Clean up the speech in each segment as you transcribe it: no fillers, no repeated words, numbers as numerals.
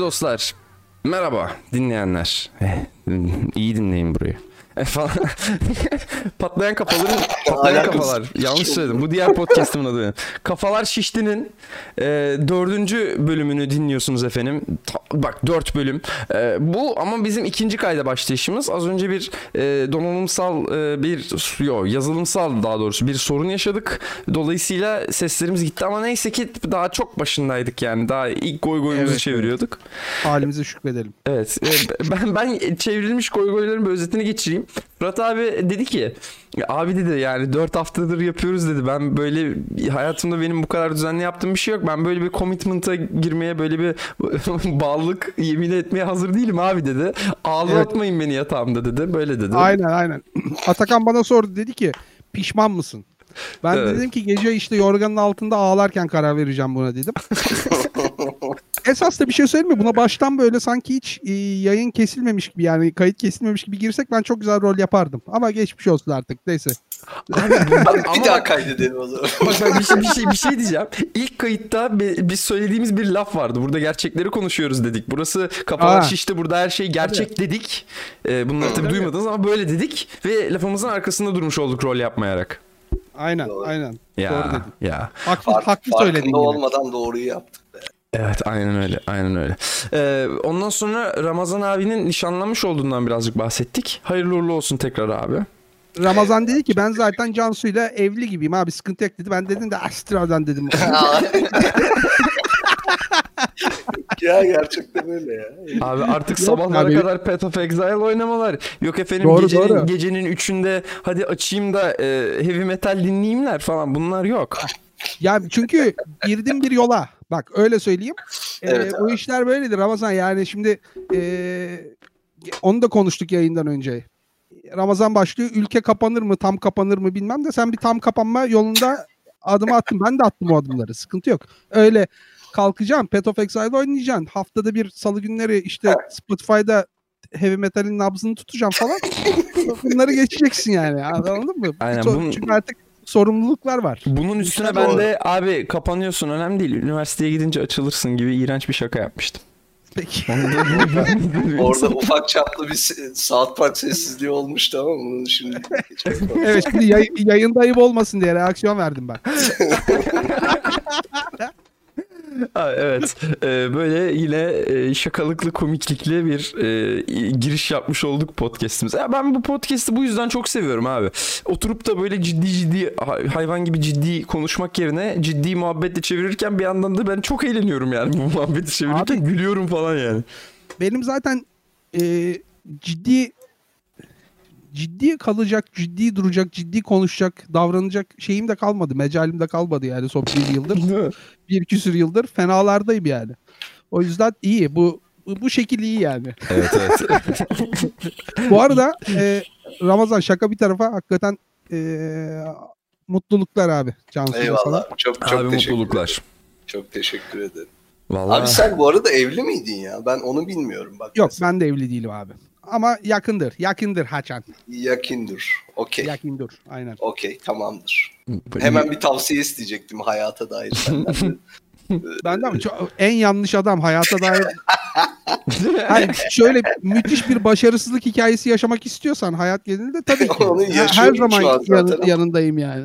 dostlar. Merhaba dinleyenler. İyi dinleyin burayı. Falan. Patlayan kafalar. Yanlış söyledim. Bu diğer podcast'ımın adı. Kafalar Şişti'nin 4. bölümünü dinliyorsunuz efendim. Bak 4 bölüm. Bu ama bizim ikinci kayda başlayışımız. Az önce bir donanımsal yazılımsal daha doğrusu bir sorun yaşadık. Dolayısıyla seslerimiz gitti ama neyse ki daha çok başındaydık yani. Daha ilk goygoyumuzu çeviriyorduk. Halimize şükredelim. Evet. Ben çevrilmiş goygoyların bir özetini geçireyim. Fırat abi dedi ki abi dedi yani 4 haftadır yapıyoruz dedi. Ben böyle hayatımda benim bu kadar düzenli yaptığım bir şey yok. Ben böyle bir commitment'a girmeye böyle bir bağlılık yemin etmeye hazır değilim abi dedi. Ağlatmayın beni yatağımda dedi. Böyle dedi. Aynen. Atakan bana sordu dedi ki pişman mısın? Ben de dedim ki gece işte yorganın altında ağlarken karar vereceğim buna dedim. Esas da bir şey söyleyeyim mi? Buna baştan böyle sanki hiç yayın kesilmemiş gibi yani kayıt kesilmemiş gibi girsek ben çok güzel rol yapardım. Ama geçmiş olsun artık neyse. Bir daha kaydedelim o zaman. Bak bir şey diyeceğim. İlk kayıtta biz söylediğimiz bir laf vardı. Burada gerçekleri konuşuyoruz dedik. Burası kafalar şişti. Burada her şey gerçek dedik. Bunları tabii duymadınız ama böyle dedik ve lafımızın arkasında durmuş olduk rol yapmayarak. Aynen. Ya, doğru dedin. ya. Haklı söyledin. Farkında olmadan doğruyu yaptık be. Evet aynen öyle. Ondan sonra Ramazan abinin nişanlanmış olduğundan birazcık bahsettik. Hayırlı uğurlu olsun tekrar abi. Ramazan dedi ki ben zaten Cansu'yla evli gibiyim abi sıkıntı yok dedi. Ben dedim de Astral'dan dedim. Ya gerçekten öyle ya. Abi artık sabahlara kadar Path of Exile oynamalar. Yok efendim gecenin 3'ünde hadi açayım da heavy metal dinleyeyimler falan bunlar yok. Ya çünkü girdim bir yola. Bak öyle söyleyeyim. Evet, bu işler böyledir Ramazan. Yani şimdi onu da konuştuk yayından önce. Ramazan başlıyor. Ülke kapanır mı, tam kapanır mı bilmem de sen bir tam kapanma yolunda adımı attın. Ben de attım o adımları. Sıkıntı yok. Öyle kalkacağım. Path of Exile oynayacaksın. Haftada bir salı günleri işte Spotify'da heavy metal'in nabzını tutacağım falan. Bunları geçeceksin yani. Anladın mı? Aynen. Çünkü artık sorumluluklar var. Bunun üstüne ben de abi kapanıyorsun önemli değil. Üniversiteye gidince açılırsın gibi iğrenç bir şaka yapmıştım. Peki. Orada ufak çaplı bir South Park sessizliği olmuştu ama bunu şimdi evet şimdi yayında ayıp olmasın diye reaksiyon verdim ben. Evet. Böyle yine şakalıklı komiklikli bir giriş yapmış olduk podcast'imize. Ben bu podcast'ı bu yüzden çok seviyorum abi. Oturup da böyle ciddi hayvan gibi ciddi konuşmak yerine ciddi muhabbetle çevirirken bir yandan da ben çok eğleniyorum yani bu muhabbeti çevirirken abi, gülüyorum falan yani. Benim zaten ciddi kalacak, ciddi duracak, ciddi konuşacak, davranacak şeyim de kalmadı. Mecalim de kalmadı yani son bir yıldır. Bir küsür yıldır fenalardayım yani. O yüzden iyi. Bu şekil iyi yani. Evet. Bu arada Ramazan şaka bir tarafa hakikaten mutluluklar abi. Cansu'ya eyvallah. sana. Çok abi teşekkür mutluluklar. ederim. Çok teşekkür ederim. Vallahi... Abi sen bu arada evli miydin ya? Ben onu bilmiyorum. Bak yok mesela. Ben de evli değilim abi. Ama yakındır. Yakındır Haçan. Yakındır. Okey. Yakındır. Aynen. Okey. Tamamdır. Hemen bir tavsiye isteyecektim hayata dair senden. Ben de mi? En yanlış adam hayata dair. Yani şöyle müthiş bir başarısızlık hikayesi yaşamak istiyorsan hayat genelinde tabii ki. Her zaman yanındayım yani.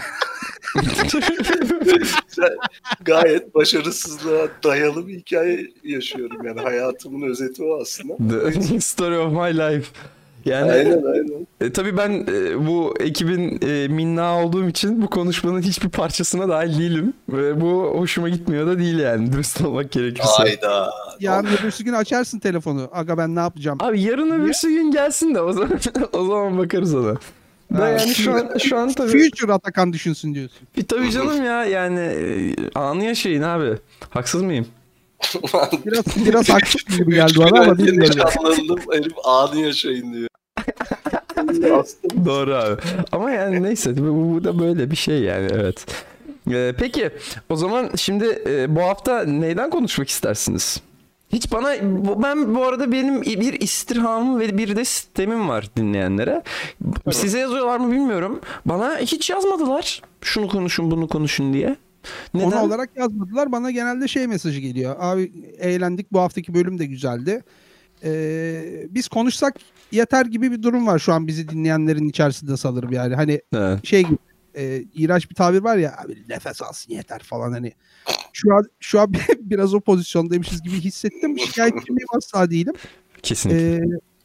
Sen gayet başarısızlığa dayalı bir hikaye yaşıyorum yani hayatımın özeti o aslında. The story of my life. Yani, aynen. Tabii ben bu ekibin minna olduğum için bu konuşmanın hiçbir parçasına dahil değilim. Ve bu hoşuma gitmiyor da değil yani dürüst olmak gerekirse. Hayda. Yarın öbürsü gün açarsın telefonu. Aga ben ne yapacağım? Abi yarın öbürsü gün gelsin de o zaman bakarız ona. Da yani şu an tabii... Future Atakan düşünsün diyorsun. Tabii canım ya yani anı yaşayın abi. Haksız mıyım? biraz haksız gibi geldi bana ama bilmiyorum. Canlandım herif anı yaşayın diyor. Doğru abi. Ama yani neyse bu da böyle bir şey yani evet. Peki o zaman şimdi bu hafta neyden konuşmak istersiniz? Hiç ben bu arada benim bir istirhamım ve bir de sistemim var dinleyenlere. Size yazıyorlar mı bilmiyorum. Bana hiç yazmadılar. Şunu konuşun bunu konuşun diye. Neden? Konu olarak yazmadılar. Bana genelde şey mesajı geliyor. Abi eğlendik, bu haftaki bölüm de güzeldi. Biz konuşsak yeter gibi bir durum var şu an bizi dinleyenlerin içerisinde sanırım yani. Hani Evet. şey gibi, iğrenç bir tabir var ya, abi nefes alsın yeter falan hani. Şu an biraz o pozisyondaymışız gibi hissettim. Şikayetçi miyim? Asla değilim. Kesinlikle.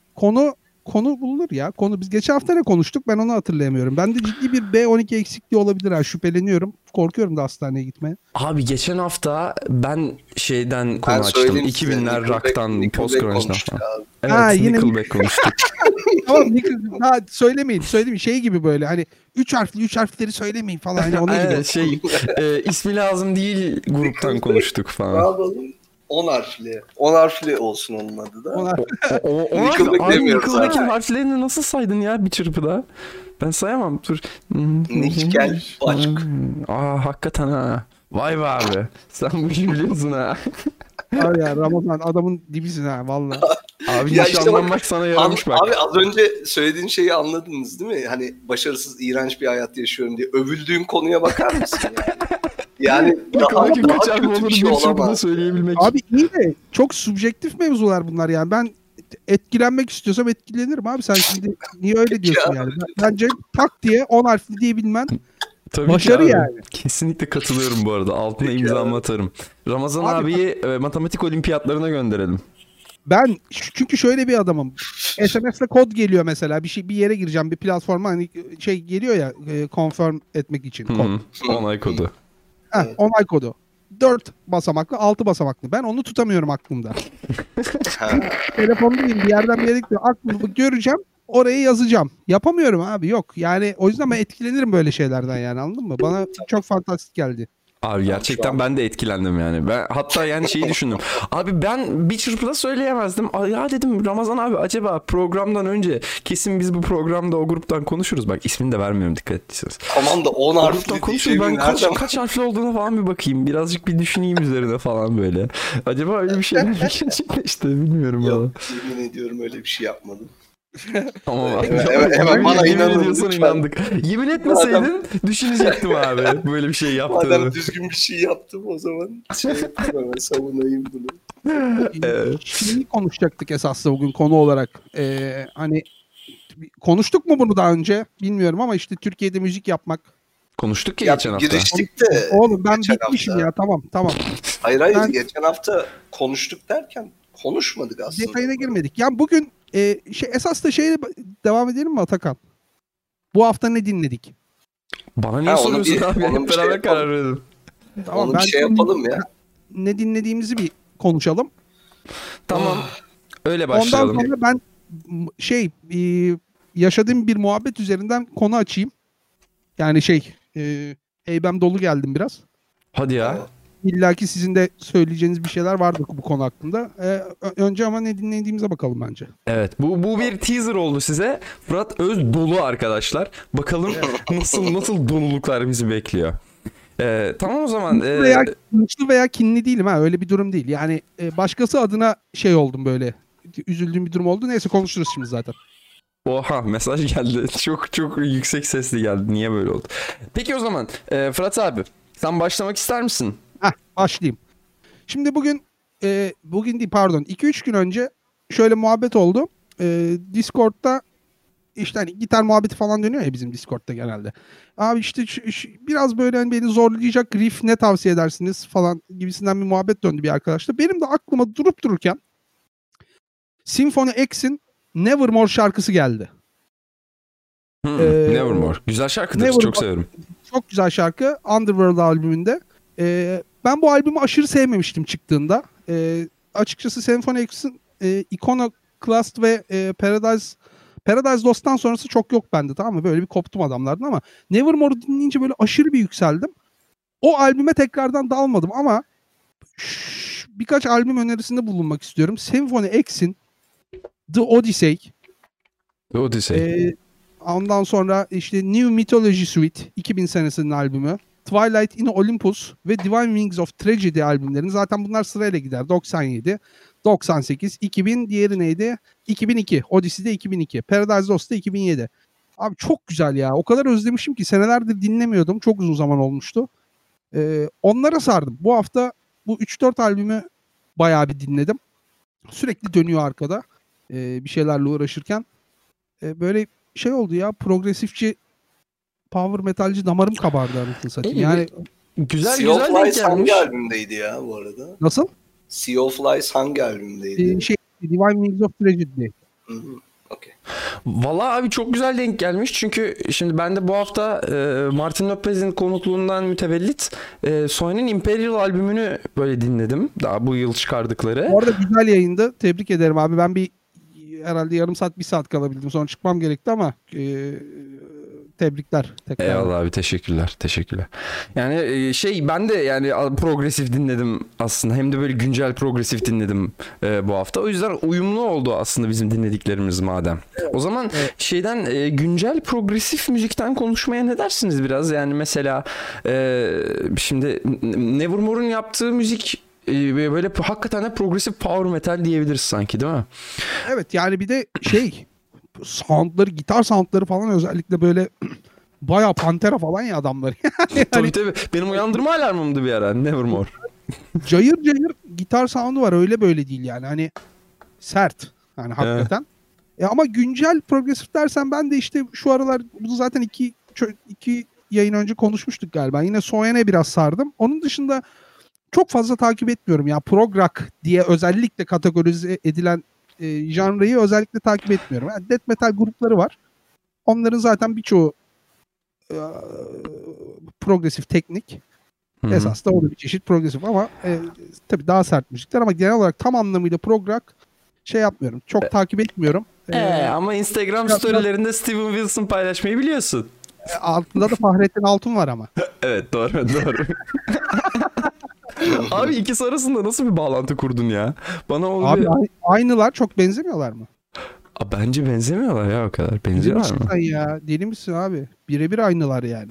Konu bulunur ya. Biz geçen hafta ne konuştuk? Ben onu hatırlayamıyorum. Bende ciddi bir B12 eksikliği olabilir ha. Şüpheleniyorum. Korkuyorum da hastaneye gitmeye. Abi geçen hafta ben şeyden konu Ben açtım. söyleyeyim size, 2000'ler rock'tan, Nickelback post grunge'dan konuştuk falan. abi. Evet, Ha, yine Nickelback konuştuk. Tamam, söylemeyin. Şey gibi böyle hani 3 harfleri söylemeyin falan. Hani onun gibi. Evet, ismi lazım değil gruptan konuştuk Ne falan. yapalım? 10 harfli. 10 harfli olsun onun adı da. Ona, Nickelback Abi demiyoruz Nickelback'in zaten. harflerini nasıl saydın ya bir çırpıda? Ben sayamam. Dur. Nickel, Başk. Hakikaten ha. Vay be abi. Sen bu işi biliyorsun ha. abi ya Ramazan adamın dibisin ha valla. Abi Ya işte nişanlanmak sana yaramış bak. Abi az önce söylediğin şeyi anladınız değil mi? Hani başarısız, iğrenç bir hayat yaşıyorum diye. Övüldüğüm konuya bakar mısın yani? Yani daha Belki kaç harf kötü olur bir bir şey çırpıda olamaz. söyleyebilmek. Abi iyi de çok subjektif mevzular bunlar yani. Ben etkilenmek istiyorsam etkilenirim abi. Sen şimdi niye öyle diyorsun yani? Bence tak diye 10 harfli diyebilmen Tabii ki başarı abi. yani. Kesinlikle katılıyorum bu arada. Altına Peki imzamı abi. atarım. Ramazan Abi abiyi matematik olimpiyatlarına gönderelim. Ben çünkü şöyle bir adamım. SMS'le kod geliyor mesela. Bir yere gireceğim, bir platforma hani şey geliyor ya, confirm etmek için Hı kod. hı. Onay kodu. Evet. Onay kodu. 4 basamaklı, 6 basamaklı. Ben onu tutamıyorum aklımda. Ha. Telefondayım, bir yerden bir yere gidiyor. Aklımda göreceğim, oraya yazacağım. Yapamıyorum abi, yok. Yani o yüzden ben etkilenirim böyle şeylerden yani, anladın mı? Bana çok fantastik geldi. Abi gerçekten ben de etkilendim yani. Ben hatta yani şeyi düşündüm. Abi ben bir çırpıda söyleyemezdim. Ya dedim Ramazan abi acaba programdan önce kesin biz bu programda o gruptan konuşuruz. Bak ismini de vermiyorum dikkat ettiyseniz. Tamam da 10 O gruptan harfli konuşuruz. Ben diyeceğimi nereden? kaç harfli olduğuna falan bir bakayım. Birazcık bir düşüneyim üzerine falan böyle. Acaba öyle bir şeyler gerçekleşti bilmiyorum valla. Yok, yemin ediyorum öyle bir şey yapmadım. Tamam abi. Hemen bana Yemin inanın ediyorsan lütfen. inandık. Yemin etmeseydin düşünecektim abi böyle bir şey yaptığını. Madem düzgün bir şey yaptım o zaman şey yapayım, hemen savunayım bunu. Şimdi konuşacaktık esasında bugün konu olarak. Hani konuştuk mu bunu daha önce bilmiyorum ama işte Türkiye'de müzik yapmak. Konuştuk ya Ya geçen hafta. giriştik de. Oğlum ben geçen bitmişim hafta. ya, tamam. Hayır Ben- geçen hafta konuştuk derken konuşmadık aslında. Detayına girmedik. Yani bugün esas da şeyle devam edelim mi Atakan? Bu hafta ne dinledik? Bana niye Ha, onu soruyorsun bir- abi? onu Hep bir şey beraber yapalım. karar verelim. Tamam, Onu bir şey yapalım ya. Ne dinlediğimizi bir konuşalım. Tamam. Öyle Ondan başlayalım. sonra ben yaşadığım bir muhabbet üzerinden konu açayım. Yani heybem dolu geldim biraz. Hadi ya. İlla ki sizin de söyleyeceğiniz bir şeyler vardır bu konu hakkında. Önce ama ne dinlediğimize bakalım bence. Evet. Bu bir teaser oldu size. Fırat Öz dolu arkadaşlar. Bakalım nasıl doluluklar bizi bekliyor. Tamam o zaman. Mutlu veya kinli değilim ha, öyle bir durum değil. Yani başkası adına şey oldum böyle. Üzüldüğüm bir durum oldu. Neyse konuşuruz şimdi zaten. Oha mesaj geldi. Çok yüksek sesli geldi. Niye böyle oldu? Peki o zaman Fırat abi sen başlamak ister misin? Başlayayım. Şimdi bugün değil pardon 2-3 gün önce şöyle muhabbet oldu. Discord'da işte hani gitar muhabbeti falan dönüyor ya bizim Discord'da genelde. Abi işte biraz böyle hani beni zorlayacak riff ne tavsiye edersiniz falan gibisinden bir muhabbet döndü bir arkadaşla. Benim de aklıma durup dururken Symphony X'in Nevermore şarkısı geldi. Nevermore. Güzel şarkıdır. Nevermore. Çok severim. Çok güzel şarkı. Underworld albümünde. Ben bu albümü aşırı sevmemiştim çıktığında. Açıkçası Symphony X'in Iconoclast ve Paradise Lost'tan sonrası çok yok bende, tamam mı? Böyle bir koptum adamlardan ama Nevermore'u dinleyince böyle aşırı bir yükseldim. O albüme tekrardan dalmadım ama birkaç albüm önerisinde bulunmak istiyorum. Symphony X'in The Odyssey, Odyssey. ondan sonra işte New Mythology Suite 2000 senesinin albümü, Twilight in Olympus ve Divine Wings of Tragedy albümlerini, zaten bunlar sırayla gider. 97, 98, 2000, diğeri neydi? 2002. Odyssey'de 2002. Paradise Lost'ta 2007. Abi çok güzel ya. O kadar özlemişim ki, senelerdir dinlemiyordum. Çok uzun zaman olmuştu. Onlara sardım. Bu hafta bu 3-4 albümü bayağı bir dinledim. Sürekli dönüyor arkada. Bir şeylerle uğraşırken. Böyle şey oldu ya, progresifçi power metalci damarım kabardı anasını satayım. İyi, Yani Güzel Sea of güzel denk Lies hangi gelmiş. albümdeydi ya bu arada? nasıl? Sea of Lies hangi albümdeydi? Divine Wings of Tragedy. Hı hı. Okay. Vallahi abi çok güzel denk gelmiş. Çünkü şimdi ben de bu hafta Martin Lopez'in konukluğundan mütevellit Soy'un Imperial albümünü böyle dinledim. Daha bu yıl çıkardıkları. Bu arada güzel yayındı. Tebrik ederim abi. Ben herhalde yarım saat, bir saat kalabildim. Sonra çıkmam gerekti ama tebrikler. Tekrar. Eyvallah abi, teşekkürler. Yani ben de yani progresif dinledim aslında. Hem de böyle güncel progresif dinledim bu hafta. O yüzden uyumlu oldu aslında bizim dinlediklerimiz madem. O zaman güncel progresif müzikten konuşmaya ne dersiniz biraz? Yani mesela şimdi Nevermore'un yaptığı müzik böyle hakikaten de progresif power metal diyebiliriz sanki, değil mi? Evet, yani bir de soundları, gitar soundları falan özellikle böyle bayağı Pantera falan ya adamlar. Yani Tabii. Benim uyandırma alarmımdı bir ara Nevermore. cayır cayır gitar sound'u var, öyle böyle değil yani. Hani sert. Yani hakikaten. Ama güncel progresif dersen ben de işte şu aralar, bunu zaten iki yayın önce konuşmuştuk galiba. Yine Soyan'a biraz sardım. Onun dışında çok fazla takip etmiyorum ya. Prog rock diye özellikle kategorize edilen janrayı özellikle takip etmiyorum. Yani death metal grupları var. Onların zaten birçoğu progresif teknik. Hı-hı. Esas da o da bir çeşit progresif ama tabii daha sert müzikler, ama genel olarak tam anlamıyla prog rock yapmıyorum. Çok takip etmiyorum. Ama Instagram storylerinde Steven Wilson paylaşmayı biliyorsun. Altında da Fahrettin Altun var ama. Evet, doğru. Abi ikisi arasında nasıl bir bağlantı kurdun ya? Bana onu Abi aynılar, çok benzemiyorlar mı? Bence benzemiyorlar ya o kadar. Benziyorlar mı? Deli misin abi? Birebir aynılar yani.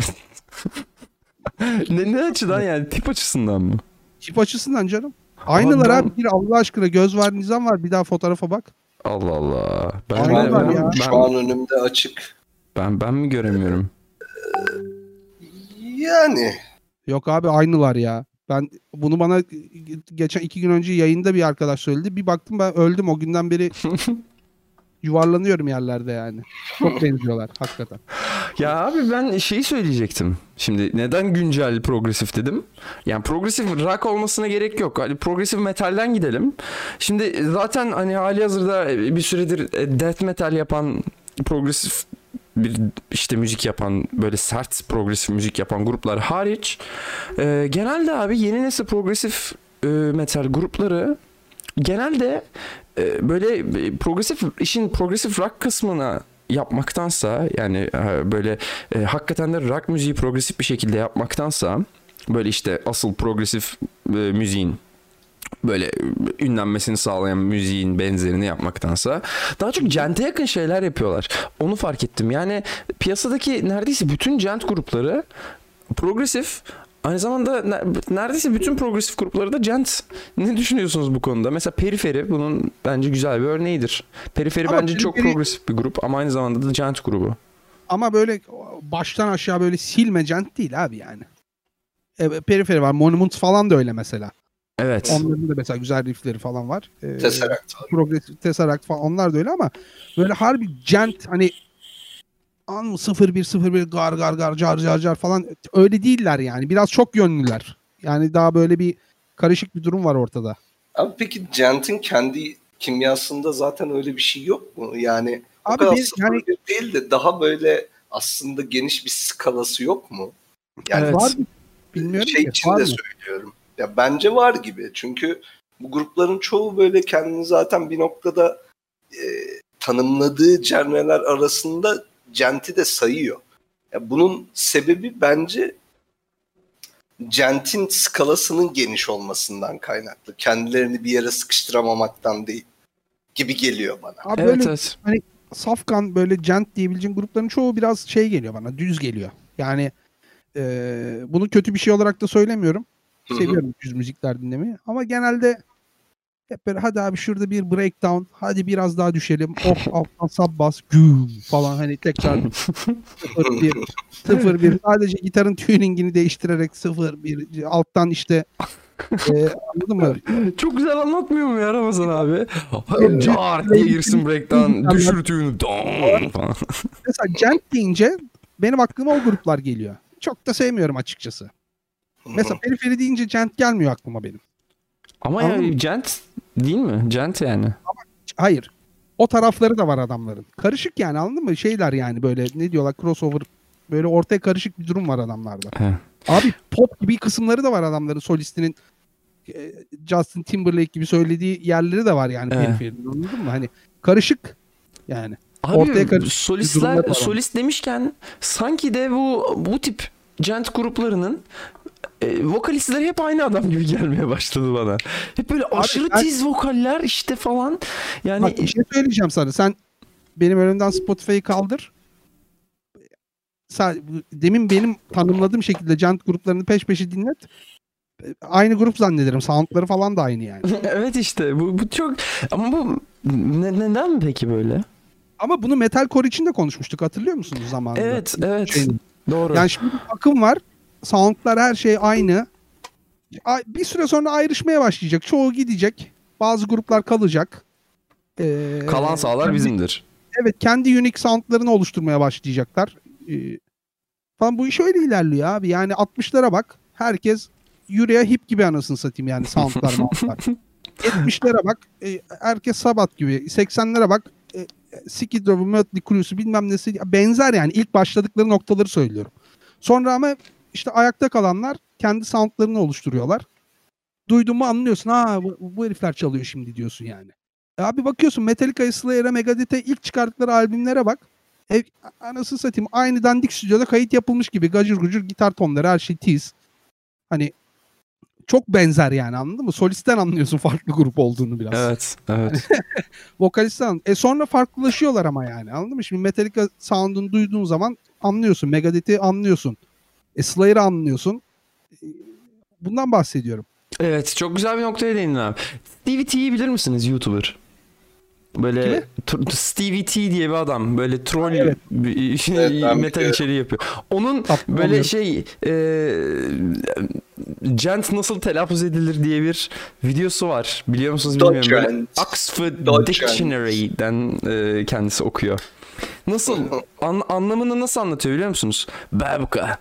Ne açıdan yani? Tip açısından mı? Tip açısından canım. Aynılar abi. Bir Allah aşkına, göz var, nizam var. Bir daha fotoğrafa bak. Allah Allah. Aynılar ya. Şu an önümde açık. Ben mi göremiyorum? Yani. Yok abi, aynılar ya. Ben bunu bana geçen 2 gün önce yayında bir arkadaş söyledi. Bir baktım, ben öldüm. O günden beri yuvarlanıyorum yerlerde yani. Çok benziyorlar hakikaten. Ya abi ben söyleyecektim. Şimdi neden güncel progresif dedim? Yani progresif rock olmasına gerek yok. Hani progresif metalden gidelim. Şimdi zaten hani hali hazırda bir süredir death metal yapan, progresif bir müzik yapan, böyle sert progresif müzik yapan gruplar hariç genelde abi yeni nesil progresif metal grupları genelde böyle işin progresif rock kısmına yapmaktansa, yani böyle hakikaten de rock müziği progresif bir şekilde yapmaktansa, böyle asıl progresif müziğin böyle ünlenmesini sağlayan müziğin benzerini yapmaktansa daha çok cent'e yakın şeyler yapıyorlar. Onu fark ettim. Yani piyasadaki neredeyse bütün gent grupları progresif. Aynı zamanda neredeyse bütün progresif grupları da gent. Ne düşünüyorsunuz bu konuda? Mesela Periferi bunun bence güzel bir örneğidir. Periferi bence çok progresif bir grup ama aynı zamanda da gent grubu. Ama böyle baştan aşağı böyle silme gent değil abi yani. Periferi var. Monument falan da öyle mesela. Evet. Onların da mesela güzel riffleri falan var. Tesseract var. Progresif, Tesseract falan, onlar da öyle ama böyle harbi gent, hani 0101 gar gar gar car car car falan öyle değiller yani. Biraz çok yönlüler. Yani daha böyle bir karışık bir durum var ortada. Abi peki Gent'in kendi kimyasında zaten öyle bir şey yok mu? Yani abi o kadar değil de daha böyle aslında geniş bir skalası yok mu? Yani evet. Var mı? Bilmiyorum için de söylüyorum. Ya bence var gibi. Çünkü bu grupların çoğu böyle kendini zaten bir noktada tanımladığı genreler arasında Gent'i de sayıyor. Ya bunun sebebi bence Gent'in skalasının geniş olmasından kaynaklı. Kendilerini bir yere sıkıştıramamaktan değil gibi geliyor bana. Abi evet, böyle hani safkan böyle gent diyebileceğin grupların çoğu biraz geliyor bana, düz geliyor. Yani bunu kötü bir şey olarak da söylemiyorum. Seviyorum düz müzikler dinlemeyi ama genelde Hep böyle hadi abi şurada bir breakdown, hadi biraz daha düşelim. Alttan sub bass güm falan, hani tekrar 0-1 0-1 sadece gitarın tuningini değiştirerek 0-1 alttan işte anladın mı? Çok güzel anlatmıyor mu ya Ramazan abi? Car diye girsin breakdown, düşür tüyünü don falan. Mesela gent deyince benim aklıma o gruplar geliyor. Çok da sevmiyorum açıkçası. Mesela periferi deyince gent gelmiyor aklıma benim. Ama Anladın ya mı? gent değil mi? Gent yani. Hayır. O tarafları da var adamların. Karışık yani, anladın mı? Şeyler yani, böyle ne diyorlar, crossover, böyle ortaya karışık bir durum var adamlarda. He. Abi pop gibi kısımları da var adamların, solistinin Justin Timberlake gibi söylediği yerleri de var yani periferinin, anladın mı? Hani karışık yani. Ortaya Abi karışık bir durumları var. solist demişken sanki de bu tip gent gruplarının vokalistleri hep aynı adam gibi gelmeye başladı bana. Hep böyle aşırı tiz vokaller işte falan. Yani bak, bir şey söyleyeceğim sana. Sen benim önümden Spotify'ı kaldır. Demin benim tanımladığım şekilde gent gruplarını peş peşe dinlet. Aynı grup zannederim. Soundları falan da aynı yani. evet işte bu çok, ama bu neden mi peki böyle? Ama bunu metalcore için de konuşmuştuk, hatırlıyor musunuz zamanında? Evet. Doğru. Yani şimdi bir akım var. Soundlar, her şey aynı. Bir süre sonra ayrışmaya başlayacak. Çoğu gidecek. Bazı gruplar kalacak. Kalan sahalar bizimdir. Evet, kendi unique soundlarını oluşturmaya başlayacaklar. Falan, bu iş öyle ilerliyor abi. Yani 60'lara bak. Herkes Uriah Heep gibi, anasını satayım yani, soundlar. 70'lere bak. Herkes Sabbath gibi. 80'lere bak. Skid Row'u, Mötley Crue'su, bilmem nesi. Benzer yani. İlk başladıkları noktaları söylüyorum. Sonra ama işte ayakta kalanlar kendi soundlarını oluşturuyorlar. Duydun mu anlıyorsun. Ha, bu herifler çalıyor şimdi diyorsun yani. Abi bakıyorsun Metallica'ya, Slayer'e, Megadeth'e ilk çıkarttıkları albümlere bak. Anasını satayım, aynı dandik stüdyoda kayıt yapılmış gibi. Gacır gucur gitar tonları, her şey tiz. Hani çok benzer yani, anladın mı? Solisten anlıyorsun farklı grup olduğunu biraz. Evet. Vokalisten. Sonra farklılaşıyorlar ama yani, anladın mı? Şimdi Metallica sound'unu duyduğun zaman anlıyorsun. Megadeth'i anlıyorsun. Slayer'ı anlıyorsun. Bundan bahsediyorum. Evet, çok güzel bir noktaya değindin abi. Stevie T'yi bilir misiniz, YouTuber? Böyle Stevie T diye bir adam, böyle troll Evet. metal içeriği yapıyor. Onun böyle gent nasıl telaffuz edilir diye bir videosu var. Biliyor musunuz bilmiyorum. Böyle Oxford Dictionary'den kendisi okuyor. Nasıl anlamını nasıl anlatıyor biliyor musunuz? Babuka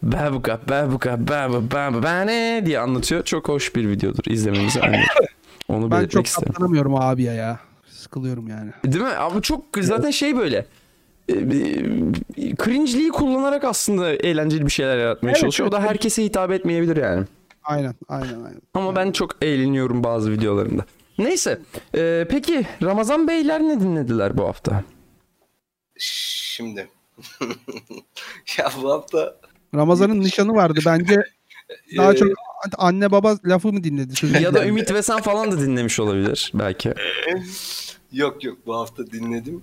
diye anlatıyor. Çok hoş bir videodur. İzlemenizi öneririm. Onu ben belirtmek çok isterim. katlanamıyorum abiye ya. Sıkılıyorum yani. Değil mi? Ama çok zaten şey böyle cringe'liği kullanarak aslında eğlenceli bir şeyler yaratmaya çalışıyor. O da herkese hitap etmeyebilir yani. Aynen. Ama ben çok eğleniyorum bazı videolarında. Neyse. Peki Ramazan Beyler ne dinlediler bu hafta? Şimdi. Ya bu hafta Ramazan'ın nişanı vardı. Bence daha çok anne baba lafı mı dinledi? Ya da Ümit ve Sen falan da dinlemiş olabilir belki. Yok bu hafta dinledim.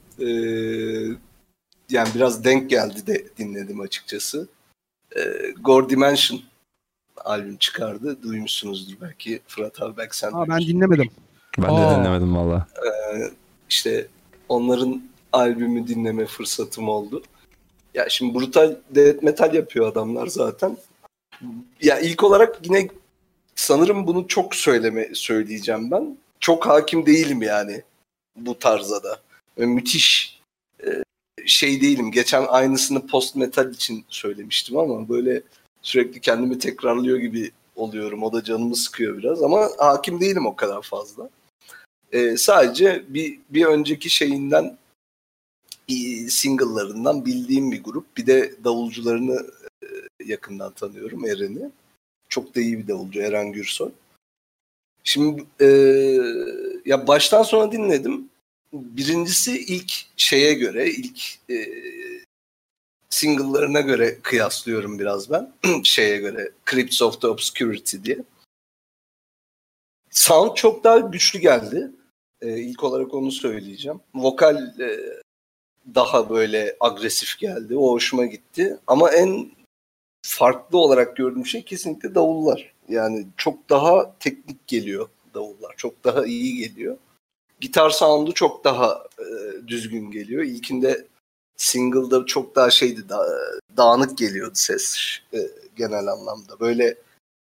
Yani biraz denk geldi de dinledim açıkçası. Gore Dimension albüm çıkardı. Duymuşsunuzdur belki. Fırat abi belki sen ben dinlemedim. Ben de dinlemedim valla. İşte onların albümü dinleme fırsatım oldu. Ya şimdi brutal death metal yapıyor adamlar zaten. Ya ilk olarak yine sanırım bunu çok söyleyeceğim ben. Çok hakim değilim yani bu tarza da. Ve müthiş şey değilim. Geçen aynısını post metal için söylemiştim ama böyle sürekli kendimi tekrarlıyor gibi oluyorum. O da canımı sıkıyor biraz ama hakim değilim o kadar fazla. Sadece bir önceki şeyinden, single'larından bildiğim bir grup. Bir de davulcularını yakından tanıyorum, Eren'i. Çok da iyi bir davulcu, Eren Gürsoy. Şimdi ya baştan sona dinledim. Birincisi ilk şeye göre, ilk single'larına göre kıyaslıyorum biraz ben. Şeye göre, Crypts of the Obscurity diye. Sound çok daha güçlü geldi. İlk olarak onu söyleyeceğim. Vokal daha böyle agresif geldi. O hoşuma gitti. Ama en farklı olarak gördüğüm şey kesinlikle davullar. Yani çok daha teknik geliyor davullar. Çok daha iyi geliyor. Gitar sound'u çok daha düzgün geliyor. İlkinde single'da çok daha dağınık geliyordu ses genel anlamda. Böyle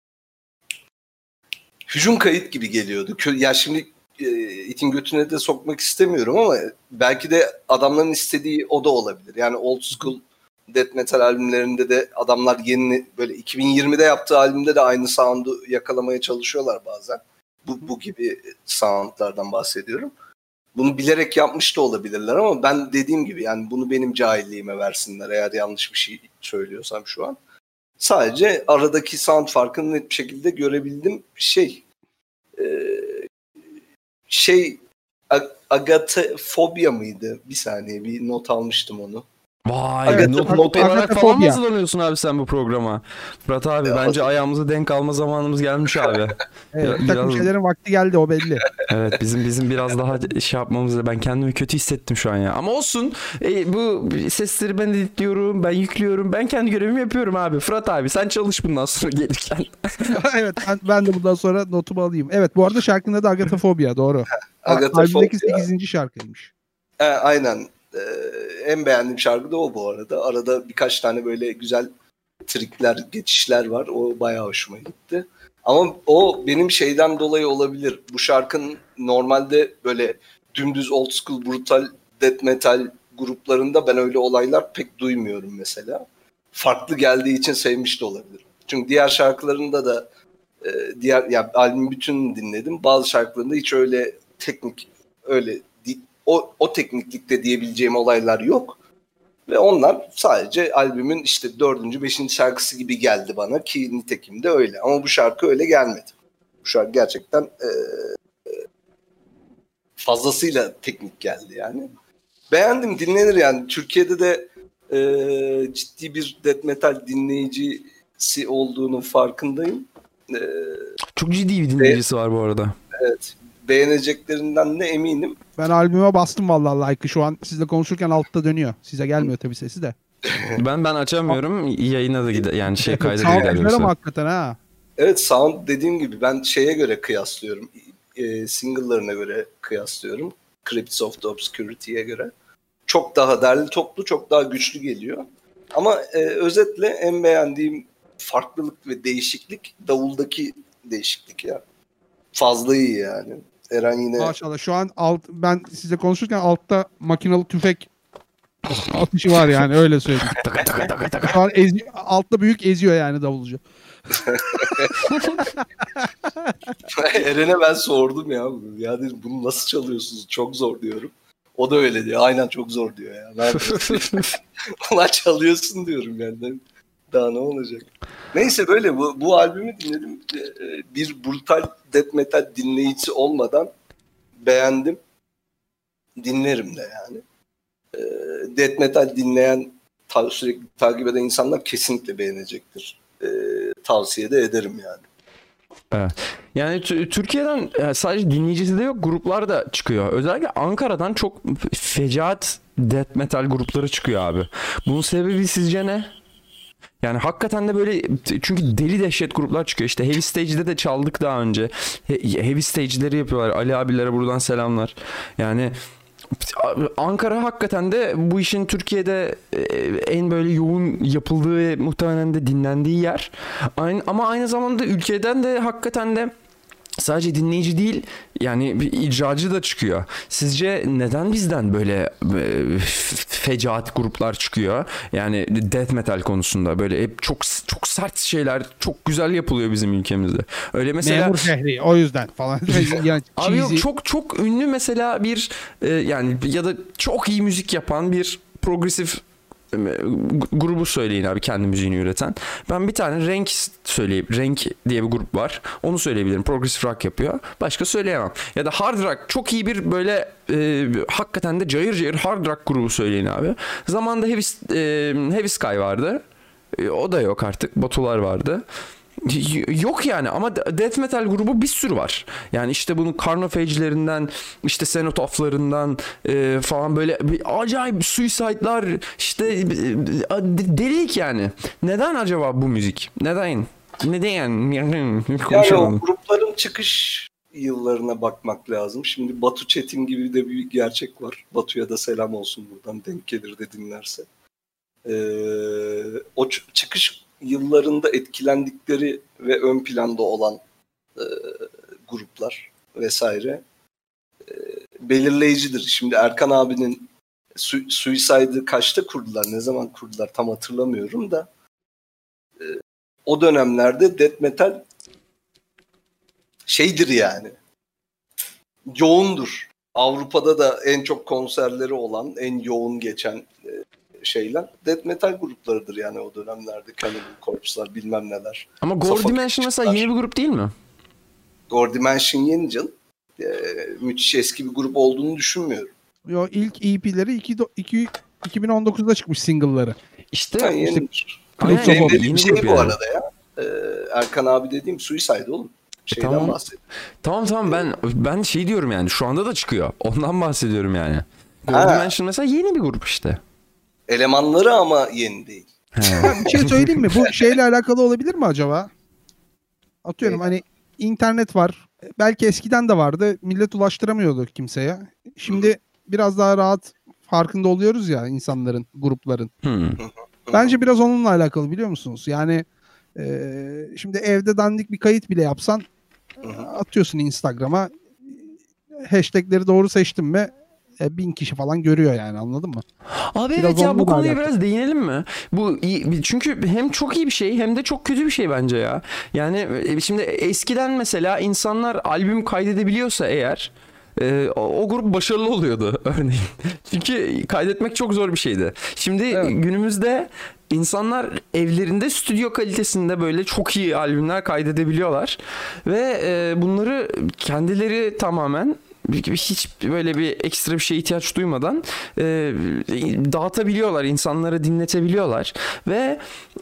hücum kayıt gibi geliyordu. Ya şimdi itin götüne de sokmak istemiyorum ama belki de adamların istediği o da olabilir. Yani old school death metal albümlerinde de adamlar yeni böyle 2020'de yaptığı albümde de aynı sound'u yakalamaya çalışıyorlar bazen. Bu gibi sound'lardan bahsediyorum. Bunu bilerek yapmış da olabilirler ama ben dediğim gibi yani bunu benim cahilliğime versinler eğer yanlış bir şey söylüyorsam şu an. Sadece aradaki sound farkını net bir şekilde görebildim. Agatafobia mıydı? Bir saniye bir not almıştım onu. Vay, not olarak falan mı hazırlanıyorsun abi sen bu programa? Fırat abi bence ayağımıza denk alma zamanımız gelmiş abi. Evet, takım şeylerin vakti geldi, o belli. Evet, bizim biraz daha yapmamız, ben kendimi kötü hissettim şu an ya. Ama olsun, bu sesleri ben editliyorum, ben yüklüyorum, ben kendi görevimi yapıyorum abi. Fırat abi sen çalış bundan sonra gelirken. Evet, ben de bundan sonra notumu alayım. Evet, bu arada şarkının adı Agatafobia, doğru. Agatafobia. Albümdeki 8. şarkıymış. Aynen. En beğendiğim şarkı da o bu arada. Arada birkaç tane böyle güzel trikler, geçişler var. O bayağı hoşuma gitti. Ama o benim şeyden dolayı olabilir. Bu şarkının normalde böyle dümdüz old school brutal death metal gruplarında ben öyle olaylar pek duymuyorum mesela. Farklı geldiği için sevmiş de olabilir. Çünkü diğer şarkılarında da albümün bütününü dinledim. Bazı şarkılarında hiç öyle teknik, öyle o tekniklikte diyebileceğim olaylar yok. Ve onlar sadece albümün işte 4. 5. şarkısı gibi geldi bana ki nitekim de öyle. Ama bu şarkı öyle gelmedi. Bu şarkı gerçekten fazlasıyla teknik geldi yani. Beğendim, dinlenir yani. Türkiye'de de ciddi bir death metal dinleyicisi olduğunun farkındayım. Çok ciddi bir dinleyicisi var bu arada. Evet. Beğeneceklerinden de eminim. Ben albüme bastım vallahi like'ı, şu an sizle konuşurken altta dönüyor. Size gelmiyor tabii sesi de. Ben açamıyorum. Yayına da gider yani kayda da gider. Sound hakikaten ha. Evet, sound dediğim gibi ben şeye göre kıyaslıyorum. Single'larına göre kıyaslıyorum. Crypts of the Obscurity'ye göre. Çok daha derli toplu, çok daha güçlü geliyor. Ama özetle en beğendiğim farklılık ve değişiklik davuldaki değişiklik ya. Fazla iyi yani. Eren yine... Maşallah, şu an ben size konuşurken altta makinalı tüfek atışı var yani, öyle söyleyeyim. Şu an altta büyük eziyor yani davulcu. Eren'e ben sordum ya. Ya dedim, bunu nasıl çalıyorsunuz? Çok zor diyorum. O da öyle diyor. Aynen çok zor diyor ya. Ben ulan çalıyorsun diyorum yani. Daha ne olacak? Neyse böyle bu albümü dinledim. Bir brutal death metal dinleyicisi olmadan beğendim. Dinlerim de yani. Death metal dinleyen, sürekli takip eden insanlar kesinlikle beğenecektir. Tavsiye de ederim yani. Evet. Yani Türkiye'den sadece dinleyicisi de yok, gruplar da çıkıyor. Özellikle Ankara'dan çok fecaat death metal grupları çıkıyor abi. Bunun sebebi sizce ne? Yani hakikaten de böyle, çünkü deli dehşet gruplar çıkıyor. İşte Heavy Stage'de de çaldık daha önce. Heavy Stage'leri yapıyorlar. Ali abilere buradan selamlar. Yani Ankara hakikaten de bu işin Türkiye'de en böyle yoğun yapıldığı ve muhtemelen de dinlendiği yer. Ama aynı zamanda ülkeden de hakikaten de sadece dinleyici değil, yani bir icracı da çıkıyor. Sizce neden bizden böyle fecaat gruplar çıkıyor? Yani death metal konusunda böyle hep çok sert şeyler çok güzel yapılıyor bizim ülkemizde. Öyle mesela memur şehri o yüzden falan. Yani abi yok, çok ünlü mesela bir yani ya da çok iyi müzik yapan bir progresif grubu söyleyin abi, kendi müziğini üreten. Ben bir tane Renk diye bir grup var. Onu söyleyebilirim. Progressive rock yapıyor. Başka söyleyemem. Ya da hard rock, çok iyi bir böyle hakikaten de cayır cayır hard rock grubu söyleyin abi. Zamanında Heavy Sky vardı. O da yok artık. Batular vardı. Yok yani, ama death metal grubu bir sürü var. Yani işte bunun Carnophag'lerinden, işte Cenotaf'larından falan böyle acayip suicide'lar, işte delik yani. Neden acaba bu müzik? Neden? Yani o grupların çıkış yıllarına bakmak lazım. Şimdi Batu Çetin gibi de bir gerçek var. Batu'ya da selam olsun buradan, denk gelir de dinlerse. O çıkış yıllarında etkilendikleri ve ön planda olan gruplar vesaire belirleyicidir. Şimdi Erkan abinin Suicide'ı kaçta kurdular, ne zaman kurdular tam hatırlamıyorum da o dönemlerde death metal şeydir yani. Yoğundur. Avrupa'da da en çok konserleri olan, en yoğun geçen şeyler death metal gruplarıdır yani o dönemlerde. Cannibal Corpse'lar bilmem neler. Ama Gore Dimension mesela yeni bir grup değil mi? Gore Dimension yeni canım. Müthiş eski bir grup olduğunu düşünmüyorum. Yo, ilk EP'leri 2019'da çıkmış single'ları. İşte yeni yeni bir şey grup bu yani. arada ya. Erkan abi dediğim Suicide oğlum. Şeyden bahsediyorum. Tamam ben şey diyorum yani şu anda da çıkıyor. Ondan bahsediyorum yani. Gore Dimension mesela yeni bir grup işte. Elemanları ama yeni değil. Bir şey söyleyeyim mi? Bu şeyle alakalı olabilir mi acaba? Atıyorum hani internet var. Belki eskiden de vardı. Millet ulaştıramıyordu kimseye. Şimdi biraz daha rahat farkında oluyoruz ya insanların, grupların. Bence biraz onunla alakalı biliyor musunuz? Yani şimdi evde dandik bir kayıt bile yapsan atıyorsun Instagram'a. Hashtagleri doğru seçtin mi 1000 kişi falan görüyor yani, anladın mı? Abi Biraz evet ya, bu onunla konuya alakalı. biraz değinelim mi? Bu çünkü hem çok iyi bir şey hem de çok kötü bir şey bence ya. Yani şimdi eskiden mesela insanlar albüm kaydedebiliyorsa eğer o grup başarılı oluyordu örneğin. Çünkü kaydetmek çok zor bir şeydi. Şimdi günümüzde insanlar evlerinde stüdyo kalitesinde böyle çok iyi albümler kaydedebiliyorlar ve bunları kendileri tamamen hiç böyle bir ekstra bir şeye ihtiyaç duymadan dağıtabiliyorlar, insanlara dinletebiliyorlar ve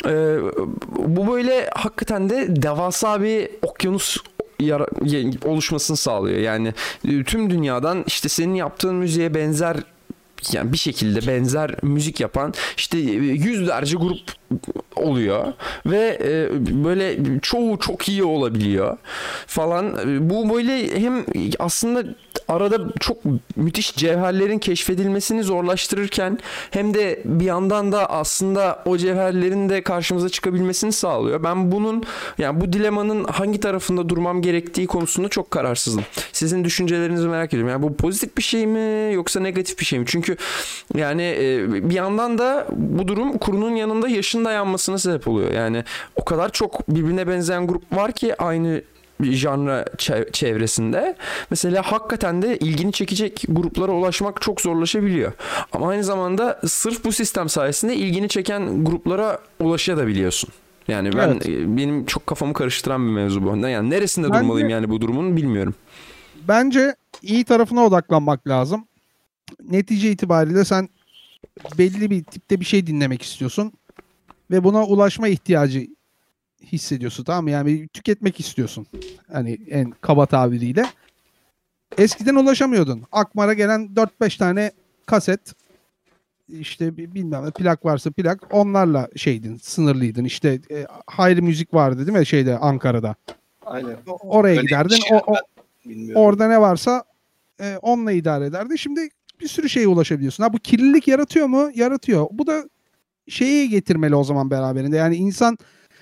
bu böyle hakikaten de devasa bir okyanus oluşmasını sağlıyor. Yani tüm dünyadan işte senin yaptığın müziğe benzer, yani bir şekilde benzer müzik yapan işte yüzlerce grup oluyor ve böyle çoğu çok iyi olabiliyor falan. Bu böyle hem aslında arada çok müthiş cevherlerin keşfedilmesini zorlaştırırken hem de bir yandan da aslında o cevherlerin de karşımıza çıkabilmesini sağlıyor. Ben bunun, yani bu dilemanın hangi tarafında durmam gerektiği konusunda çok kararsızım. Sizin düşüncelerinizi merak ediyorum. Yani bu pozitif bir şey mi yoksa negatif bir şey mi? Çünkü yani bir yandan da bu durum kurunun yanında yaşın dayanmasına sebep oluyor. Yani o kadar çok birbirine benzeyen grup var ki aynı janra çevresinde. Mesela hakikaten de ilgini çekecek gruplara ulaşmak çok zorlaşabiliyor. Ama aynı zamanda sırf bu sistem sayesinde ilgini çeken gruplara ulaşabiliyorsun. Yani benim çok kafamı karıştıran bir mevzu bu. Yani neresinde durmalıyım yani bu durumun bilmiyorum. Bence iyi tarafına odaklanmak lazım. Netice itibariyle sen belli bir tipte bir şey dinlemek istiyorsun ve buna ulaşma ihtiyacı hissediyorsun, tamam mı? Yani tüketmek istiyorsun. Hani en kaba tabiriyle. Eskiden ulaşamıyordun. Akmar'a gelen 4-5 tane kaset, işte bilmem ne plak varsa plak, onlarla sınırlıydın. İşte Hayri Müzik vardı değil mi şeyde, Ankara'da. Aynen. Oraya öyle giderdin. Orada ne varsa onunla idare ederdi. Şimdi bir sürü şeye ulaşabiliyorsun. Ha, bu kirlilik yaratıyor mu? Yaratıyor. Bu da şeyi getirmeli o zaman beraberinde. Yani insan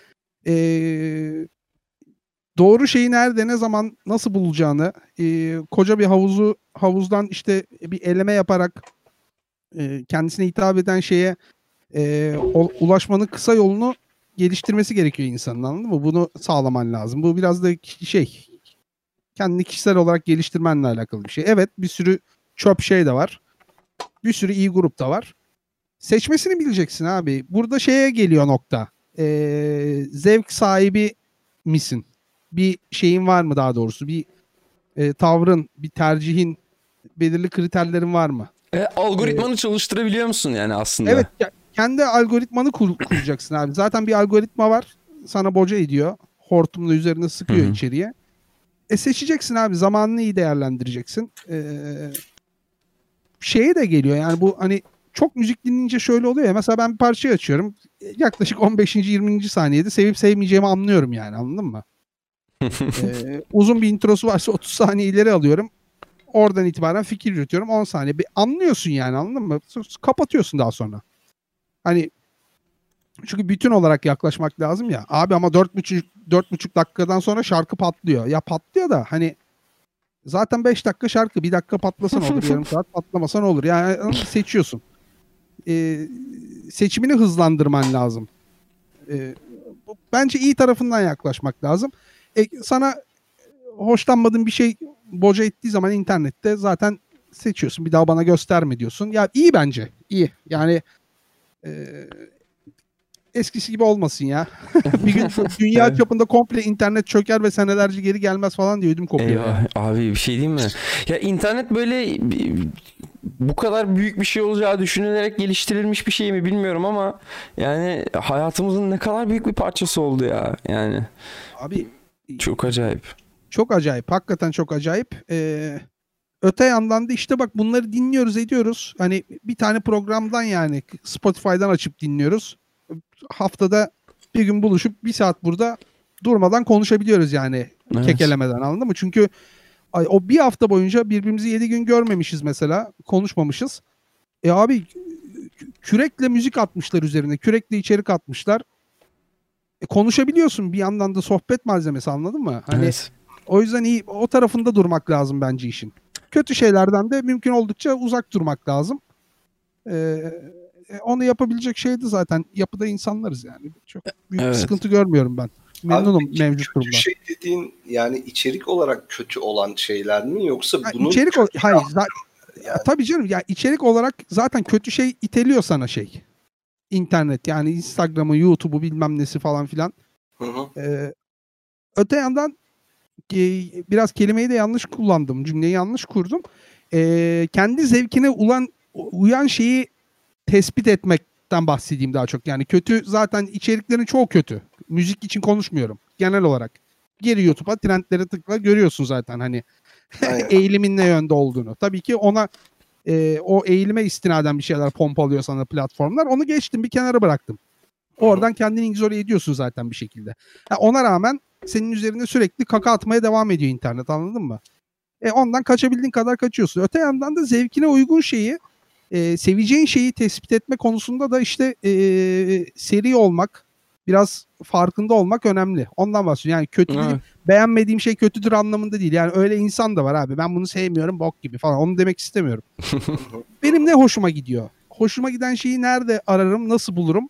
doğru şeyi nerede, ne zaman, nasıl bulacağını, koca bir havuzdan işte bir eleme yaparak kendisine hitap eden şeye ulaşmanın kısa yolunu geliştirmesi gerekiyor insanın, anladın mı? Bunu sağlaman lazım. Bu biraz da kendini kişisel olarak geliştirmenle alakalı bir şey. Evet, bir sürü çöp şey de var. Bir sürü iyi grup da var. Seçmesini bileceksin abi. Burada şeye geliyor nokta. Zevk sahibi misin? Bir şeyin var mı daha doğrusu? Bir tavrın, bir tercihin, belirli kriterlerin var mı? Algoritmanı çalıştırabiliyor musun yani aslında? Evet. Kendi algoritmanı kuracaksın abi. Zaten bir algoritma var. Sana boca ediyor. Hortumla üzerine sıkıyor içeriye. Seçeceksin abi. Zamanını iyi değerlendireceksin. Şeye de geliyor yani, bu hani çok müzik dinleyince şöyle oluyor ya. Mesela ben bir parçayı açıyorum. Yaklaşık 15. 20. saniyede sevip sevmeyeceğimi anlıyorum yani, anladın mı? Uzun bir introsu varsa 30 saniye ileri alıyorum. Oradan itibaren fikir yürütüyorum. 10 saniye. Bir anlıyorsun yani, anladın mı? Kapatıyorsun daha sonra. Hani çünkü bütün olarak yaklaşmak lazım ya. Abi ama 4,5 dakikadan sonra şarkı patlıyor. Ya patlıyor da hani zaten 5 dakika şarkı. 1 dakika patlasan olur. Yarım saat patlamasan olur. Yani seçiyorsun. Seçimini hızlandırman lazım. Bence iyi tarafından yaklaşmak lazım. Sana hoşlanmadığın bir şey boca ettiği zaman internette zaten seçiyorsun. Bir daha bana gösterme diyorsun. Ya iyi bence. İyi. Yani eskisi gibi olmasın ya. Bir gün dünya çapında komple internet çöker ve senelerce geri gelmez falan diye ödüm kopuyor. Eyvah, Yani. abi bir şey diyeyim mi? Ya internet böyle bu kadar büyük bir şey olacağı düşünülerek geliştirilmiş bir şey mi bilmiyorum ama yani hayatımızın ne kadar büyük bir parçası oldu ya. Yani Abi çok acayip. çok acayip. Hakikaten çok acayip. Öte yandan da işte bak bunları dinliyoruz ediyoruz. Hani bir tane programdan yani Spotify'dan açıp dinliyoruz. Haftada bir gün buluşup bir saat burada durmadan konuşabiliyoruz yani. Evet. Kekelemeden, anladın mı? Çünkü o bir hafta boyunca birbirimizi 7 gün görmemişiz mesela. Konuşmamışız. Abi kürekle müzik atmışlar üzerine. Kürekle içerik atmışlar. Konuşabiliyorsun bir yandan da sohbet malzemesi, anladın mı? Hani Evet. o yüzden iyi, o tarafında durmak lazım bence işin. Kötü şeylerden de mümkün oldukça uzak durmak lazım. Onu yapabilecek şey de zaten yapıda insanlarız yani. Çok büyük bir Evet. sıkıntı görmüyorum ben. Memnunum Abi, mevcut kötü durumdan. şey dediğin yani içerik olarak kötü olan şeyler mi yoksa bunun Hayır, yani. tabii canım ya, içerik olarak zaten kötü şey iteliyor sana şey. İnternet yani Instagram'ı, YouTube'u bilmem nesi falan filan. Hı hı. Öte yandan biraz kelimeyi de yanlış kullandım. Cümleyi yanlış kurdum. Kendi zevkine uyan şeyi tespit etmekten bahsedeyim daha çok. Yani kötü, zaten içeriklerin çoğu kötü. Müzik için konuşmuyorum. Genel olarak. Geri YouTube'a trendlere tıkla, görüyorsun zaten hani Aynen. eğilimin ne yönde olduğunu. Tabii ki ona o eğilime istinaden bir şeyler pompalıyor sana platformlar. Onu geçtim, bir kenara bıraktım. Oradan kendini izole ediyorsun zaten bir şekilde. Ona rağmen senin üzerine sürekli kaka atmaya devam ediyor internet, anladın mı? Ondan kaçabildiğin kadar kaçıyorsun. Öte yandan da zevkine uygun şeyi, seveceğin şeyi tespit etme konusunda da işte seri olmak, biraz farkında olmak önemli. Ondan bahsediyorum. Yani kötü Evet. beğenmediğim şey kötüdür anlamında değil. Yani öyle insan da var abi. Ben bunu sevmiyorum, bok gibi falan. Onu demek istemiyorum. Benim ne hoşuma gidiyor? Hoşuma giden şeyi nerede ararım, nasıl bulurum?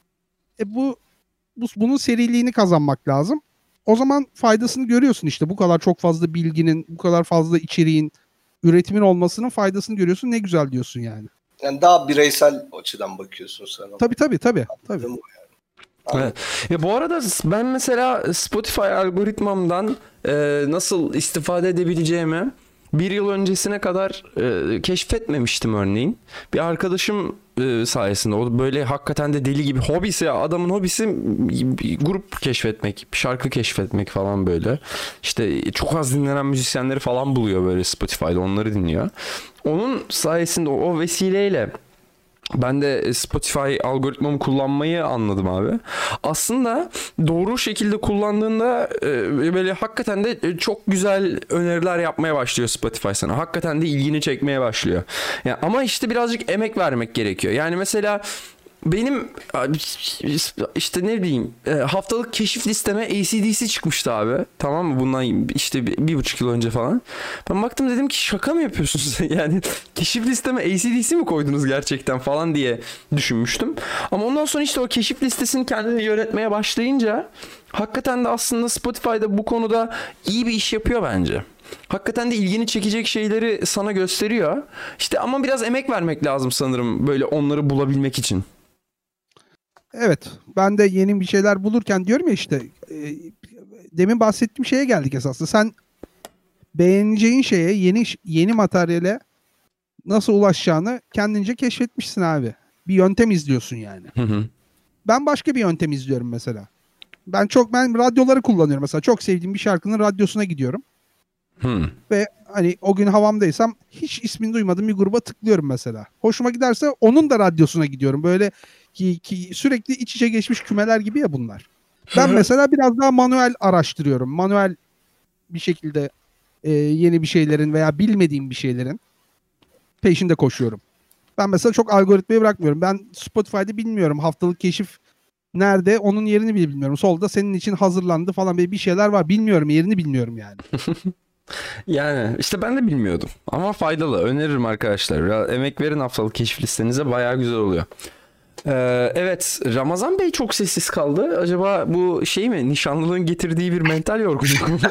Bunun seriliğini kazanmak lazım. O zaman faydasını görüyorsun işte. Bu kadar çok fazla bilginin, bu kadar fazla içeriğin, üretimin olmasının faydasını görüyorsun. Ne güzel diyorsun yani. Yani daha bireysel açıdan bakıyorsun sen ona. Tabii. Anladın mı? Evet. Ya bu arada ben mesela Spotify algoritmamdan nasıl istifade edebileceğimi bir yıl öncesine kadar keşfetmemiştim örneğin. Bir arkadaşım sayesinde, o böyle hakikaten de deli gibi hobisi, adamın hobisi bir grup keşfetmek, bir şarkı keşfetmek falan böyle. İşte çok az dinlenen müzisyenleri falan buluyor böyle Spotify'da, onları dinliyor. Onun sayesinde, o vesileyle ben de Spotify algoritmamı kullanmayı anladım abi. Aslında doğru şekilde kullandığında böyle hakikaten de çok güzel öneriler yapmaya başlıyor Spotify sana. Hakikaten de ilgini çekmeye başlıyor. Yani ama işte birazcık emek vermek gerekiyor. Yani mesela benim işte ne bileyim haftalık keşif listeme AC/DC çıkmıştı abi. Tamam mı? Bundan işte 1,5 yıl önce falan. Ben baktım, dedim ki şaka mı yapıyorsunuz? Yani keşif listeme AC/DC mi koydunuz gerçekten falan diye düşünmüştüm. Ama ondan sonra işte o keşif listesini kendini yönetmeye başlayınca hakikaten de aslında Spotify'da bu konuda iyi bir iş yapıyor bence. Hakikaten de ilgini çekecek şeyleri sana gösteriyor. İşte ama biraz emek vermek lazım sanırım böyle onları bulabilmek için. Evet. Ben de yeni bir şeyler bulurken diyorum ya işte demin bahsettiğim şeye geldik esasında. Sen beğeneceğin şeye, yeni materyale nasıl ulaşacağını kendince keşfetmişsin abi. Bir yöntem izliyorsun yani. Hı hı. Ben başka bir yöntem izliyorum mesela. Ben radyoları kullanıyorum mesela. Çok sevdiğim bir şarkının radyosuna gidiyorum. Hı. Ve hani o gün havamdaysam hiç ismini duymadığım bir gruba tıklıyorum mesela. Hoşuma giderse onun da radyosuna gidiyorum. Böyle ki sürekli iç içe geçmiş kümeler gibi ya bunlar. Ben mesela biraz daha manuel araştırıyorum. Manuel bir şekilde yeni bir şeylerin veya bilmediğim bir şeylerin peşinde koşuyorum. Ben mesela çok algoritmayı bırakmıyorum. Ben Spotify'da bilmiyorum haftalık keşif nerede, onun yerini bile bilmiyorum. Solda senin için hazırlandı falan bir şeyler var. Bilmiyorum, yerini bilmiyorum yani. Yani işte ben de bilmiyordum ama faydalı, öneririm arkadaşlar. Biraz emek verin, haftalık keşif listenize, bayağı güzel oluyor. Evet, Ramazan Bey çok sessiz kaldı. Acaba bu şey mi, nişanlılığın getirdiği bir mental yorgunluk mu?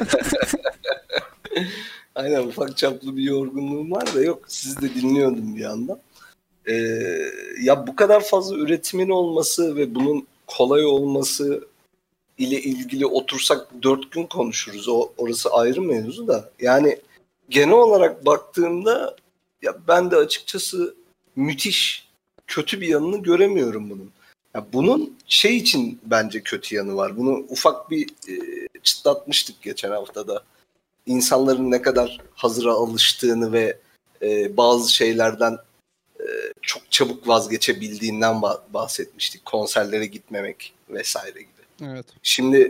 Aynen, ufak çaplı bir yorgunluğum var da yok. Sizi de dinliyordum bir yandan. Ya bu kadar fazla üretimin olması ve bunun kolay olması ile ilgili otursak 4 gün konuşuruz. Orası ayrı mevzu da. Yani genel olarak baktığımda ya ben de açıkçası müthiş kötü bir yanını göremiyorum bunun. Ya bunun şey için bence kötü yanı var. Bunu ufak bir çıtlatmıştık geçen haftada. İnsanların ne kadar hazıra alıştığını ve bazı şeylerden çok çabuk vazgeçebildiğinden bahsetmiştik. Konserlere gitmemek vesaire gibi. Evet. Şimdi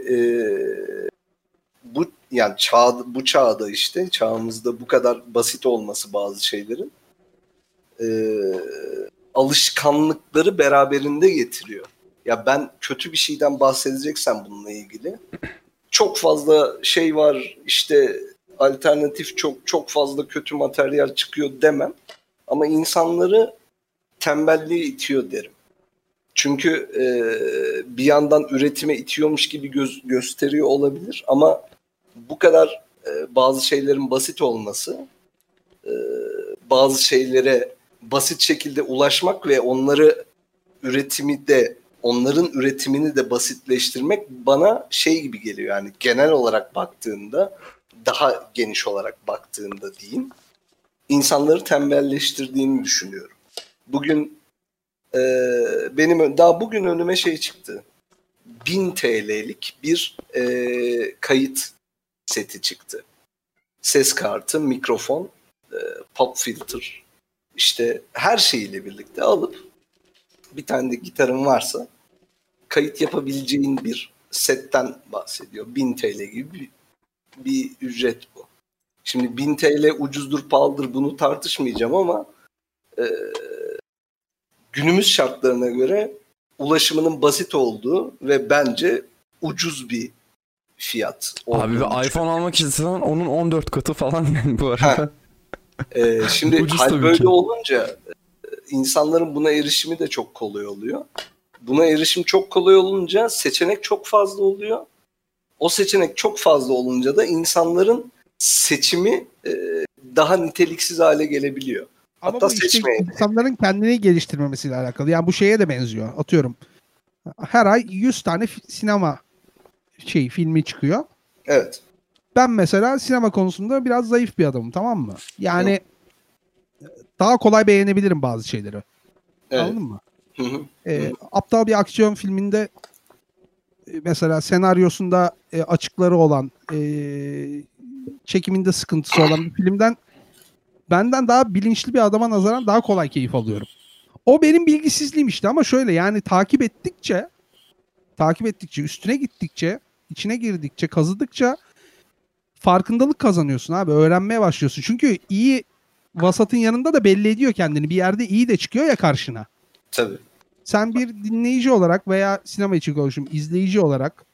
bu yani bu çağda işte çağımızda bu kadar basit olması bazı şeylerin alışkanlıkları beraberinde getiriyor. Ya ben kötü bir şeyden bahsedeceksem bununla ilgili çok fazla şey var işte, alternatif çok fazla kötü materyal çıkıyor demem. Ama insanları tembelliğe itiyor derim. Çünkü bir yandan üretime itiyormuş gibi gösteriyor olabilir ama bu kadar bazı şeylerin basit olması, bazı şeylere basit şekilde ulaşmak ve onların üretimini de basitleştirmek bana şey gibi geliyor. Yani genel olarak baktığında, daha geniş olarak baktığında diyeyim, insanları tembelleştirdiğini düşünüyorum. Bugün benim daha bugün önüme şey çıktı. 1000 TL'lik bir kayıt seti çıktı. Ses kartı, mikrofon, pop filter, işte her şeyiyle birlikte alıp bir tane de gitarın varsa kayıt yapabileceğin bir setten bahsediyor. 1000 TL gibi bir ücret bu. Şimdi 1000 TL ucuzdur pahalıdır bunu tartışmayacağım ama günümüz şartlarına göre ulaşımının basit olduğu ve bence ucuz bir fiyat. Abi bir iPhone almak istesen onun 14 katı falan yani bu arada. Şimdi Ucuz hal tabii böyle ki. olunca insanların buna erişimi de çok kolay oluyor. Buna erişim çok kolay olunca seçenek çok fazla oluyor. O seçenek çok fazla olunca da insanların seçimi daha niteliksiz hale gelebiliyor. Ama Hatta bu işte seçmeye. insanların kendini geliştirmemesiyle alakalı. Yani bu şeye de benziyor. Atıyorum. Her ay 100 tane sinema filmi çıkıyor. Evet. Ben mesela sinema konusunda biraz zayıf bir adamım, tamam mı? Yani daha kolay beğenebilirim bazı şeyleri. Evet. Anladın mı? Hı hı. Aptal bir aksiyon filminde mesela senaryosunda açıkları olan, çekiminde sıkıntısı olan bir filmden benden daha bilinçli bir adama nazaran daha kolay keyif alıyorum. O benim bilgisizliğim işte, ama şöyle yani takip ettikçe, üstüne gittikçe, içine girdikçe, kazıdıkça farkındalık kazanıyorsun abi. Öğrenmeye başlıyorsun. Çünkü iyi vasatın yanında da belli ediyor kendini. Bir yerde iyi de çıkıyor ya karşına. Tabii. Sen bir dinleyici olarak veya sinema için konuşayım, izleyici olarak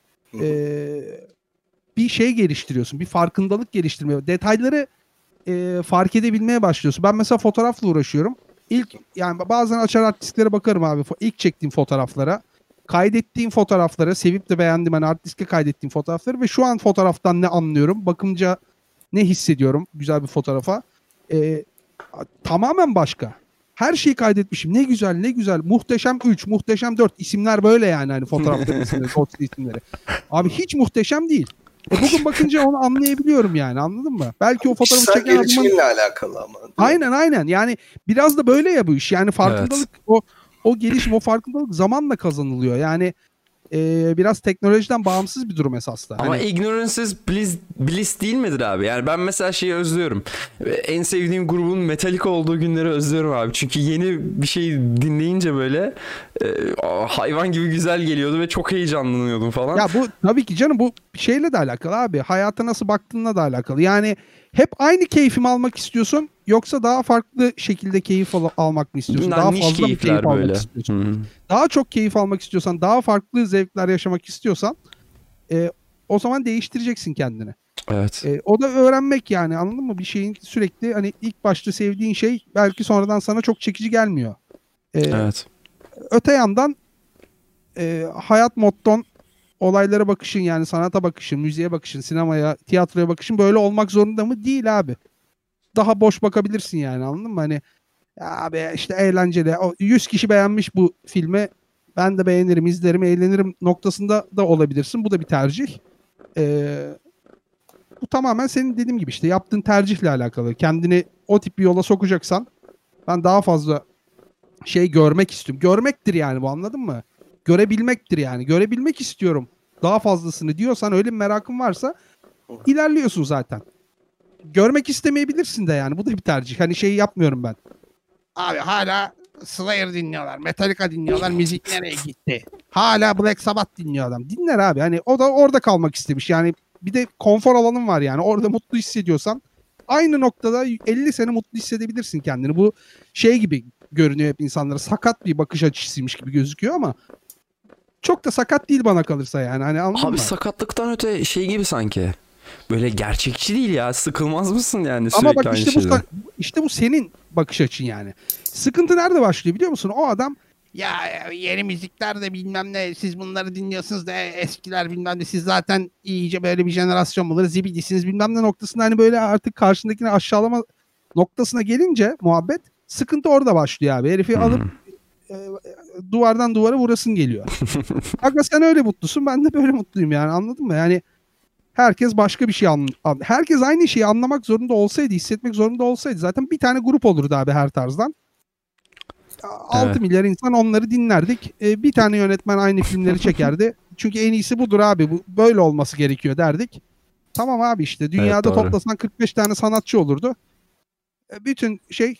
bir şey geliştiriyorsun. Bir farkındalık geliştirmeye. Detayları fark edebilmeye başlıyorsun. Ben mesela fotoğrafla uğraşıyorum. Yani bazen açar artistlere bakarım abi. İlk çektiğim fotoğraflara, kaydettiğim fotoğraflara, sevip de beğendiğim hani artistke kaydettiğim fotoğrafları ve şu an fotoğraftan ne anlıyorum, bakınca ne hissediyorum güzel bir fotoğrafa. Tamamen başka. Her şeyi kaydetmişim. Ne güzel, ne güzel. Muhteşem 3, Muhteşem 4 isimler böyle yani hani fotoğrafların isimleri. Abi hiç muhteşem değil. Bugün bakınca onu anlayabiliyorum yani, anladın mı? Belki o fotoğrafı Kişisel çeken adamın... gelişiminle alakalı ama. Aynen. Yani biraz da böyle ya bu iş. Yani farkındalık, o gelişim, o farkındalık zamanla kazanılıyor. Yani biraz teknolojiden bağımsız bir durum esasında. Ama Hani, ignorance is bliss değil midir abi? Yani ben mesela şeyi özlüyorum. En sevdiğim grubun Metallica olduğu günleri özlüyorum abi. Çünkü yeni bir şey dinleyince böyle hayvan gibi güzel geliyordu ve çok heyecanlanıyordum falan. ya bu tabii ki canım, bu şeyle de alakalı abi. Hayata nasıl baktığınla da alakalı. Yani hep aynı keyfi mi almak istiyorsun, yoksa daha farklı şekilde keyif almak mı istiyorsun? Bunlar Daha niş fazla mı keyif keyifler almak böyle. istiyorsun? Hı. Daha çok keyif almak istiyorsan, daha farklı zevkler yaşamak istiyorsan o zaman değiştireceksin kendini. Evet. O da öğrenmek yani, anladın mı? Bir şeyin sürekli, hani ilk başta sevdiğin şey belki sonradan sana çok çekici gelmiyor. E, Evet. Öte yandan hayat motton, olaylara bakışın, yani sanata bakışın, müziğe bakışın, sinemaya, tiyatroya bakışın böyle olmak zorunda mı? Değil abi. Daha boş bakabilirsin yani, anladın mı? Hani ya abi işte eğlenceli. 100 kişi beğenmiş bu filmi. Ben de beğenirim, izlerim, eğlenirim noktasında da olabilirsin. Bu da bir tercih. Ee, Bu tamamen senin dediğim gibi işte yaptığın tercihle alakalı. Kendini o tip bir yola sokacaksan, ben daha fazla şey görmek istiyorum. Görmektir yani bu, anladın mı? Görebilmektir yani. Görebilmek istiyorum daha fazlasını diyorsan, öyle bir merakın varsa ilerliyorsun zaten. Görmek istemeyebilirsin de yani. Bu da bir tercih. Hani şeyi yapmıyorum ben. Abi hala Slayer dinliyorlar, Metallica dinliyorlar, müzik nereye gitti? Hala Black Sabbath dinliyor adam. Dinler abi. Hani o da orada kalmak istemiş. Yani bir de konfor alanın var yani. Orada mutlu hissediyorsan aynı noktada 50 sene mutlu hissedebilirsin kendini. Bu şey gibi görünüyor hep insanlara. Sakat bir bakış açısıymış gibi gözüküyor ama çok da sakat değil bana kalırsa yani. Hani anladın Abi mı? sakatlıktan öte şey gibi sanki. Böyle gerçekçi değil ya. Sıkılmaz mısın yani Ama sürekli bak aynı işte bu şeyden? işte bu senin bakış açın yani. Sıkıntı nerede başlıyor biliyor musun? O adam ya yeni müzikler de bilmem ne, siz bunları dinliyorsunuz da eskiler bilmem ne, siz zaten iyice böyle bir jenerasyon bunları zibidisiniz bilmem ne noktasında, hani böyle artık karşındakini aşağılama noktasına gelince muhabbet, sıkıntı orada başlıyor abi. Herifi alıp Hmm. duvardan duvara vurasın geliyor. Aga sen öyle mutlusun, ben de böyle mutluyum yani, anladın mı? Yani herkes başka bir şey herkes aynı şeyi anlamak zorunda olsaydı, hissetmek zorunda olsaydı zaten bir tane grup olurdu abi her tarzdan. Evet. 6 milyar insan onları dinlerdik. Bir tane yönetmen aynı filmleri çekerdi. Çünkü en iyisi budur abi. Bu böyle olması gerekiyor derdik. Tamam abi, işte Evet, dünyada doğru. toplasan 45 tane sanatçı olurdu. Bütün şey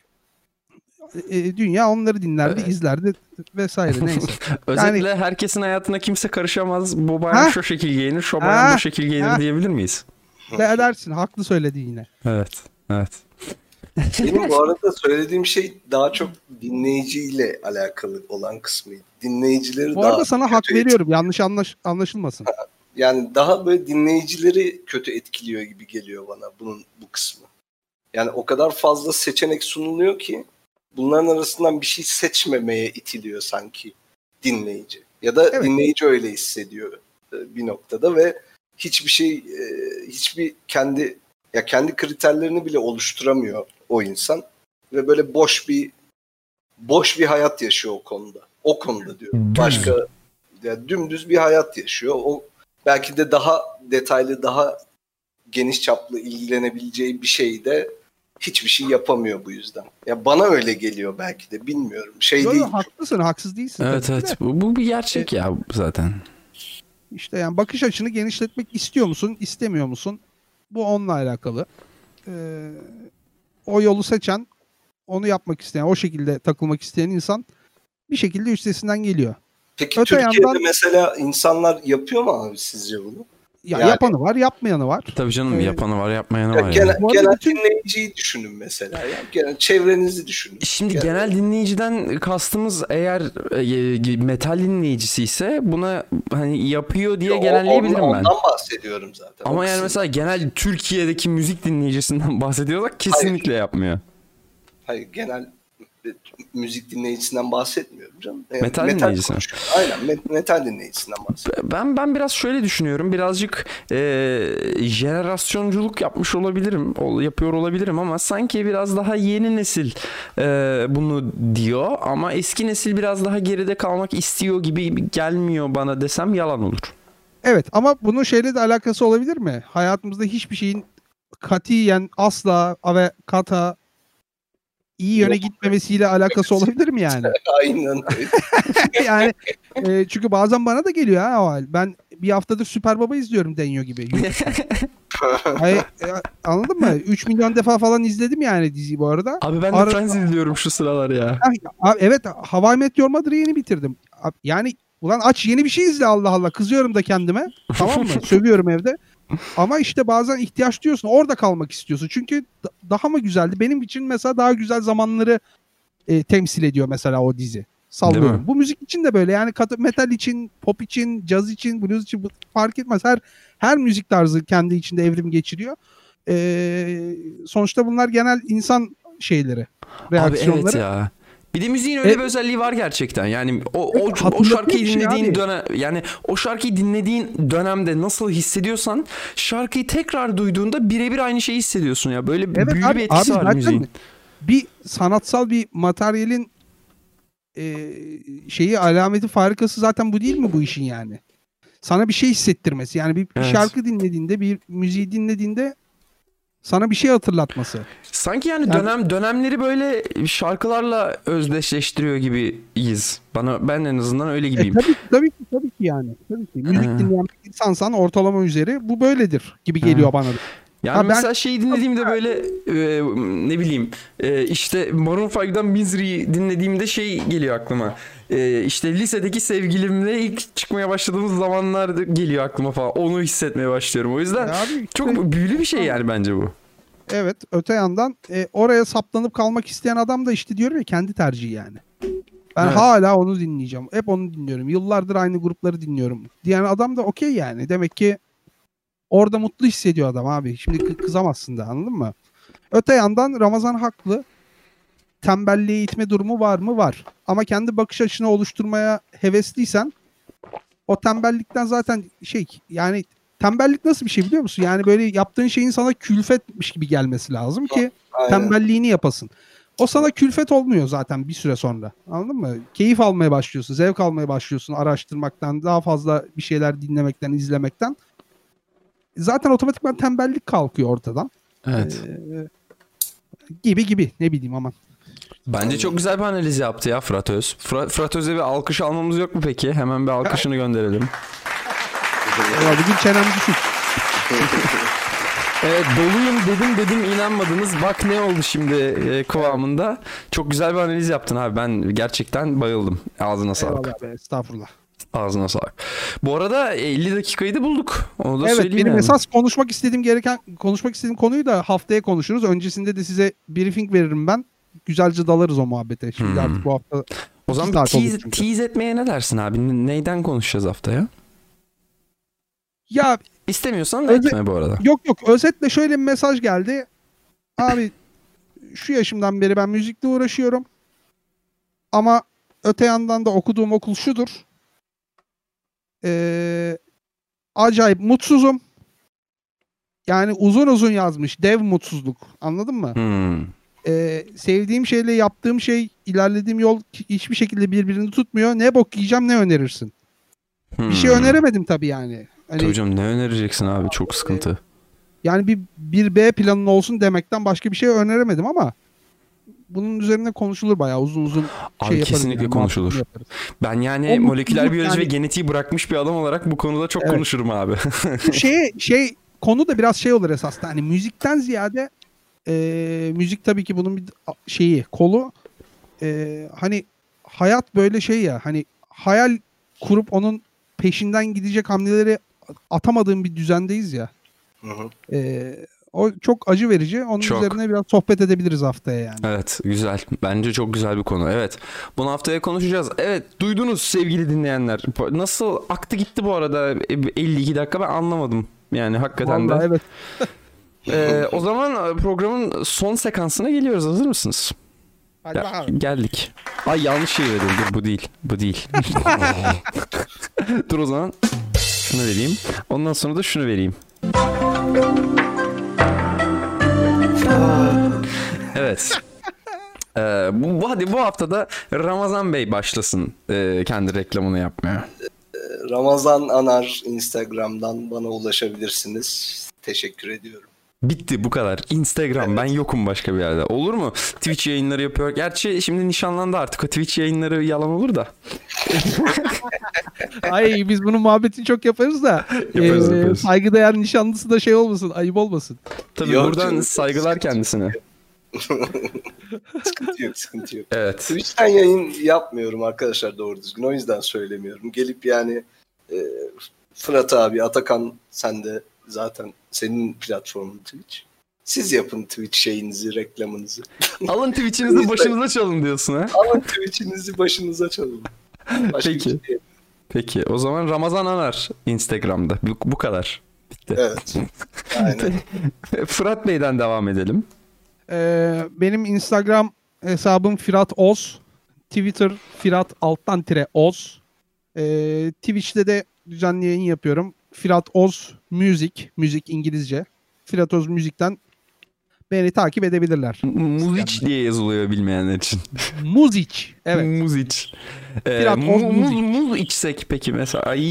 dünya onları dinlerdi, izlerdi vesaire, neyse. Yani Özetle herkesin hayatına kimse karışamaz. Bu bayan ha şu şekil giyinir, şu bayan bu ha şekil giyinir ha diyebilir miyiz? edersin. Haklı söyledi yine. Evet. Evet. Benim bu arada söylediğim şey daha çok dinleyiciyle alakalı olan kısmıydı. Dinleyicileri Bu arada daha sana hak kötü veriyorum. Yanlış anlaşılmasın. yani daha böyle dinleyicileri kötü etkiliyor gibi geliyor bana bunun bu kısmı. Yani o kadar fazla seçenek sunuluyor ki bunların arasından bir şey seçmemeye itiliyor sanki dinleyici. Ya da Evet. dinleyici öyle hissediyor bir noktada ve hiçbir şey hiçbir kendi kriterlerini bile oluşturamıyor o insan ve böyle boş bir hayat yaşıyor o konuda. O konuda diyorum. Düz. Başka dümdüz bir hayat yaşıyor. O belki de daha detaylı, daha geniş çaplı ilgilenebileceği bir şeyde hiçbir şey yapamıyor bu yüzden. Ya bana öyle geliyor belki de, bilmiyorum. Yo, Değil. haklısın, haksız değilsin Evet, tabii ki de. evet. Bu bir gerçek ya zaten. İşte yani bakış açını genişletmek istiyor musun, istemiyor musun? Bu onunla alakalı. O yolu seçen, onu yapmak isteyen, o şekilde takılmak isteyen insan bir şekilde üstesinden geliyor. Peki Öte Türkiye'de yandan mesela insanlar yapıyor mu abi sizce bunu? ya Yani yapanı var, yapmayanı var. Tabii canım, Ee, yapanı var, yapmayanı var genel, yani. Bu arada genel bütün dinleyiciyi düşünün mesela. Ya. Genel çevrenizi düşünün. Şimdi Yani genel dinleyiciden kastımız eğer metal dinleyicisi ise buna hani yapıyor diye genelleyebilirim ben. ondan bahsediyorum zaten. Ama O yani kısım. mesela genel Türkiye'deki müzik dinleyicisinden bahsediyorsak kesinlikle yapmıyor. Hayır, genel müzik dinleyicisinden bahsetmiyorum canım. Yani Metal dinleyicisi. konuşuyorum. Aynen, metal dinleyicisinden bahsediyorum. Ben biraz şöyle düşünüyorum. Birazcık jenerasyonculuk yapmış olabilirim. Yapıyor olabilirim ama sanki biraz daha yeni nesil bunu diyor. Ama eski nesil biraz daha geride kalmak istiyor gibi gelmiyor bana desem yalan olur. evet, ama bunun şeyle de alakası olabilir mi? Hayatımızda hiçbir şeyin katiyen asla ve kata iyi yöne gitmemesiyle alakası olabilir mi yani? Aynen öyle. Yani çünkü bazen bana da geliyor ha o hal. Ben bir haftadır Süper Baba izliyorum Denyo gibi. Hayır, anladın mı? 3 milyon defa falan izledim yani diziyi bu arada. Abi ben de Friends izliyorum şu sıralar ya. Evet, How I Met Your Mother'ı yeni bitirdim. Yani ulan aç yeni bir şey izle, Allah Allah. Kızıyorum da kendime. Tamam mı? Sövüyorum evde. Ama işte bazen ihtiyaç duyuyorsun. Orada kalmak istiyorsun. Çünkü daha mı güzeldi? Benim için mesela daha güzel zamanları temsil ediyor mesela o dizi. Sallıyorum. Bu müzik için de böyle. Yani metal için, pop için, caz için, blues için fark etmez. Her müzik tarzı kendi içinde evrim geçiriyor. Sonuçta bunlar genel insan şeyleri, reaksiyonları. Abi evet ya. Bir de müziğin öyle bir özelliği var gerçekten. Yani o şarkıyı dinlediğin dönem, yani o şarkıyı dinlediğin dönemde nasıl hissediyorsan şarkıyı tekrar duyduğunda birebir aynı şeyi hissediyorsun ya. Böyle büyülü bir etkisi var müziğin. Bir sanatsal bir materyalin alameti farikası zaten bu değil mi bu işin yani? Sana bir şey hissettirmesi. Yani bir şarkı dinlediğinde, bir müziği dinlediğinde sana bir şey hatırlatması. Sanki yani dönemleri böyle şarkılarla özdeşleştiriyor gibiyiz. Ben en azından öyle gibiyim. Tabii ki yani. Tabii ki. Müzik dinleyen bir insansan ortalama üzeri bu böyledir gibi geliyor bana da. Yani mesela şeyi dinlediğimde böyle ne bileyim işte Maroon 5'den Misery'yi dinlediğimde şey geliyor aklıma. İşte lisedeki sevgilimle ilk çıkmaya başladığımız zamanlar geliyor aklıma falan. Onu hissetmeye başlıyorum. O yüzden çok büyülü bir şey yani bence bu. Evet, öte yandan oraya saplanıp kalmak isteyen adam da işte diyorum ya, kendi tercihi yani. Ben hala onu dinleyeceğim. Hep onu dinliyorum. Yıllardır aynı grupları dinliyorum diyen adam da okey yani. Demek ki orada mutlu hissediyor adam abi. Şimdi kızamazsın da, anladın mı? Öte yandan Ramazan haklı. Tembelliğe itme durumu var mı? Var. Ama kendi bakış açını oluşturmaya hevesliysen o tembellikten zaten yani tembellik nasıl bir şey biliyor musun? Yani böyle yaptığın şeyin sana külfetmiş gibi gelmesi lazım ki tembelliğini yapasın. O sana külfet olmuyor zaten bir süre sonra. Anladın mı? Keyif almaya başlıyorsun, zevk almaya başlıyorsun araştırmaktan, daha fazla bir şeyler dinlemekten, izlemekten. Zaten otomatikman tembellik kalkıyor ortadan. Evet. Gibi ne bileyim aman. Bence çok güzel bir analiz yaptı ya Fırat Öz. Fırat Öz'e bir alkış almamız yok mu peki? Hemen bir alkışını gönderelim. Bugün çenem düşük. Evet, doluyum dedim inanmadınız. Bak ne oldu şimdi kıvamında. Çok güzel bir analiz yaptın abi. Ben gerçekten bayıldım. Ağzına sağlık. Eyvallah be, estağfurullah. Ağzına sağlık. Bu arada 50 dakikayı da bulduk. Onu da söyleyeyim benim yani. esas konuşmak istediğim konuyu da haftaya konuşuruz. Öncesinde de size briefing veririm ben. Güzelce dalarız o muhabbete. Şimdi artık bu hafta o zaman bir tease etmeye ne dersin abi? Neyden konuşacağız haftaya? Ya İstemiyorsan etme bu arada. Yok. Özetle şöyle bir mesaj geldi. Abi şu yaşımdan beri ben müzikle uğraşıyorum. Ama öte yandan da okuduğum okul şudur. Acayip mutsuzum. Yani uzun yazmış. Dev mutsuzluk. Anladın mı? Sevdiğim şeyle yaptığım şey, ilerlediğim yol hiçbir şekilde birbirini tutmuyor. Ne bok yiyeceğim, ne önerirsin? Bir şey öneremedim tabii yani. Hani, hocam ne önereceksin abi? Çok sıkıntı. Yani bir B planın olsun demekten başka bir şey öneremedim ama bunun üzerine konuşulur bayağı uzun abi yaparız. Kesinlikle yani, konuşulur. Ben yani moleküler biyoloji ve genetiği bırakmış bir adam olarak bu konuda çok konuşurum abi. Konu da biraz olur esasında. Hani müzikten ziyade müzik tabii ki bunun bir kolu. Hani hayat böyle ya, hani hayal kurup onun peşinden gidecek hamleleri atamadığım bir düzendeyiz ya. O çok acı verici. Onun üzerine biraz sohbet edebiliriz haftaya yani. Evet, güzel. Bence çok güzel bir konu. Evet. Bunu haftaya konuşacağız. Evet, duydunuz sevgili dinleyenler. Nasıl aktı gitti bu arada 52 dakika, ben anlamadım. Yani hakikaten vallahi de. Evet. O zaman programın son sekansına geliyoruz. Hazır mısınız? Hadi bakalım. Geldik. Ay yanlış şey verdim. Dur bu değil. Dur o zaman şunu vereyim. Ondan sonra da şunu vereyim. Evet. Bu hafta da Ramazan Bey başlasın kendi reklamını yapmaya. Ramazan Anar Instagram'dan bana ulaşabilirsiniz. Teşekkür ediyorum. Bitti bu kadar. Instagram ben yokum başka bir yerde. Olur mu? Twitch yayınları yapıyor. Gerçi şimdi nişanlandı artık. O Twitch yayınları yalan olur da. Ay biz bunun muhabbetini çok yaparız da. Yaparız. Saygıdeğer nişanlısı da şey olmasın, ayıp olmasın. Tabii Yok buradan canım, saygılar kendisine. Sıkıntı yok, sıkıntı yok. Evet. Twitch'ten yayın yapmıyorum arkadaşlar doğru düzgün. O yüzden söylemiyorum. Gelip yani Fırat abi, Atakan sen de zaten senin platformun Twitch. Siz yapın Twitch şeyinizi, reklamınızı. Alın Twitch'inizi başınıza çalın diyorsun ha. Alın Twitch'inizi başınıza çalın. Başka Peki. bir şey. Peki o zaman Ramazan Anar Instagram'da. Bu kadar. Bitti. Evet. Aynen. Fırat Bey'den devam edelim. Benim Instagram hesabım Firat Oz. Twitter Firat _Oz. Twitch'te de düzenli yayın yapıyorum. Firat Oz Müzik. Müzik İngilizce. Firat Oz Müzik'ten beni takip edebilirler. Muzic diye yazılıyor bilmeyenler için. Muzic. Evet. Muzic. Firat Oz Muzic. Muz içsek peki mesela. Ay.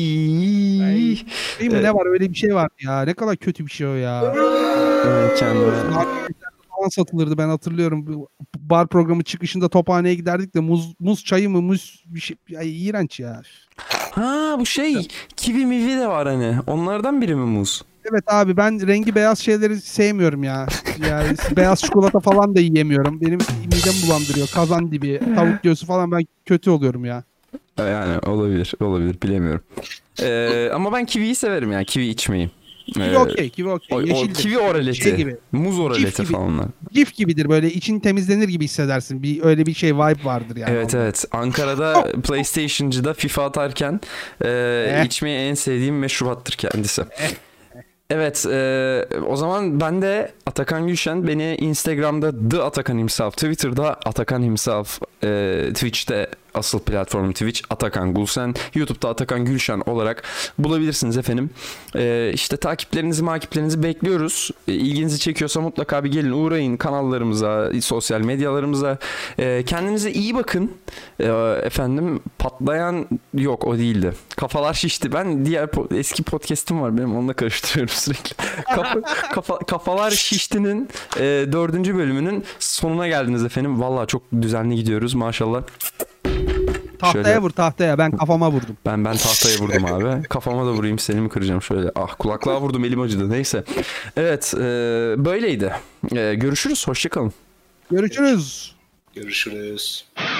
Değil mi? Ne var? Öyle bir şey var ya. Ne kadar kötü bir şey o ya. Kendime. Falan satılırdı ben hatırlıyorum. Bu bar programı çıkışında Tophane'ye giderdik de muz çayı mı muz bir şey. Ay, iğrenç ya. Ha bu şey kivi mivi de var hani. Onlardan biri mi muz? Evet abi ben rengi beyaz şeyleri sevmiyorum ya. Yani beyaz çikolata falan da yiyemiyorum. Benim midem bulandırıyor. Kazan dibi, tavuk göğsü falan ben kötü oluyorum ya. Yani olabilir bilemiyorum. Ama ben kiviyi severim yani kivi içmeyi. Kivi okey, kivi okey. Yeşildir. Kivi oraleti, Şey gibi. muz oraleti gibi. falan onlar. Cif gibidir böyle için temizlenir gibi hissedersin. Öyle bir şey vibe vardır yani. Evet. Ankara'da PlayStation'cıda FIFA atarken içmeyi en sevdiğim meşrubattır kendisi. Evet, o zaman ben de Atakan Gülşen, beni Instagram'da The Atakan Himself, Twitter'da Atakan Himself, Twitch'te asıl platform Twitch Atakan Gülşen, YouTube'da Atakan Gülşen olarak bulabilirsiniz efendim. İşte takiplerinizi bekliyoruz. İlginizi çekiyorsa mutlaka bir gelin uğrayın kanallarımıza, sosyal medyalarımıza. Kendinize iyi bakın. Efendim patlayan yok o değildi. Kafalar şişti. Ben diğer eski podcast'im var benim onunla karıştırıyorum sürekli. Kafalar şiştinin 4. bölümünün sonuna geldiniz efendim. Vallahi çok düzenli gidiyoruz maşallah. Tahtaya Şöyle. vur tahtaya ben kafama vurdum. Ben tahtaya vurdum abi. Kafama da vurayım seni mi kıracağım şöyle. Ah kulaklığa vurdum elim acıdı neyse. Evet böyleydi. Görüşürüz hoşçakalın. Görüşürüz. Görüşürüz.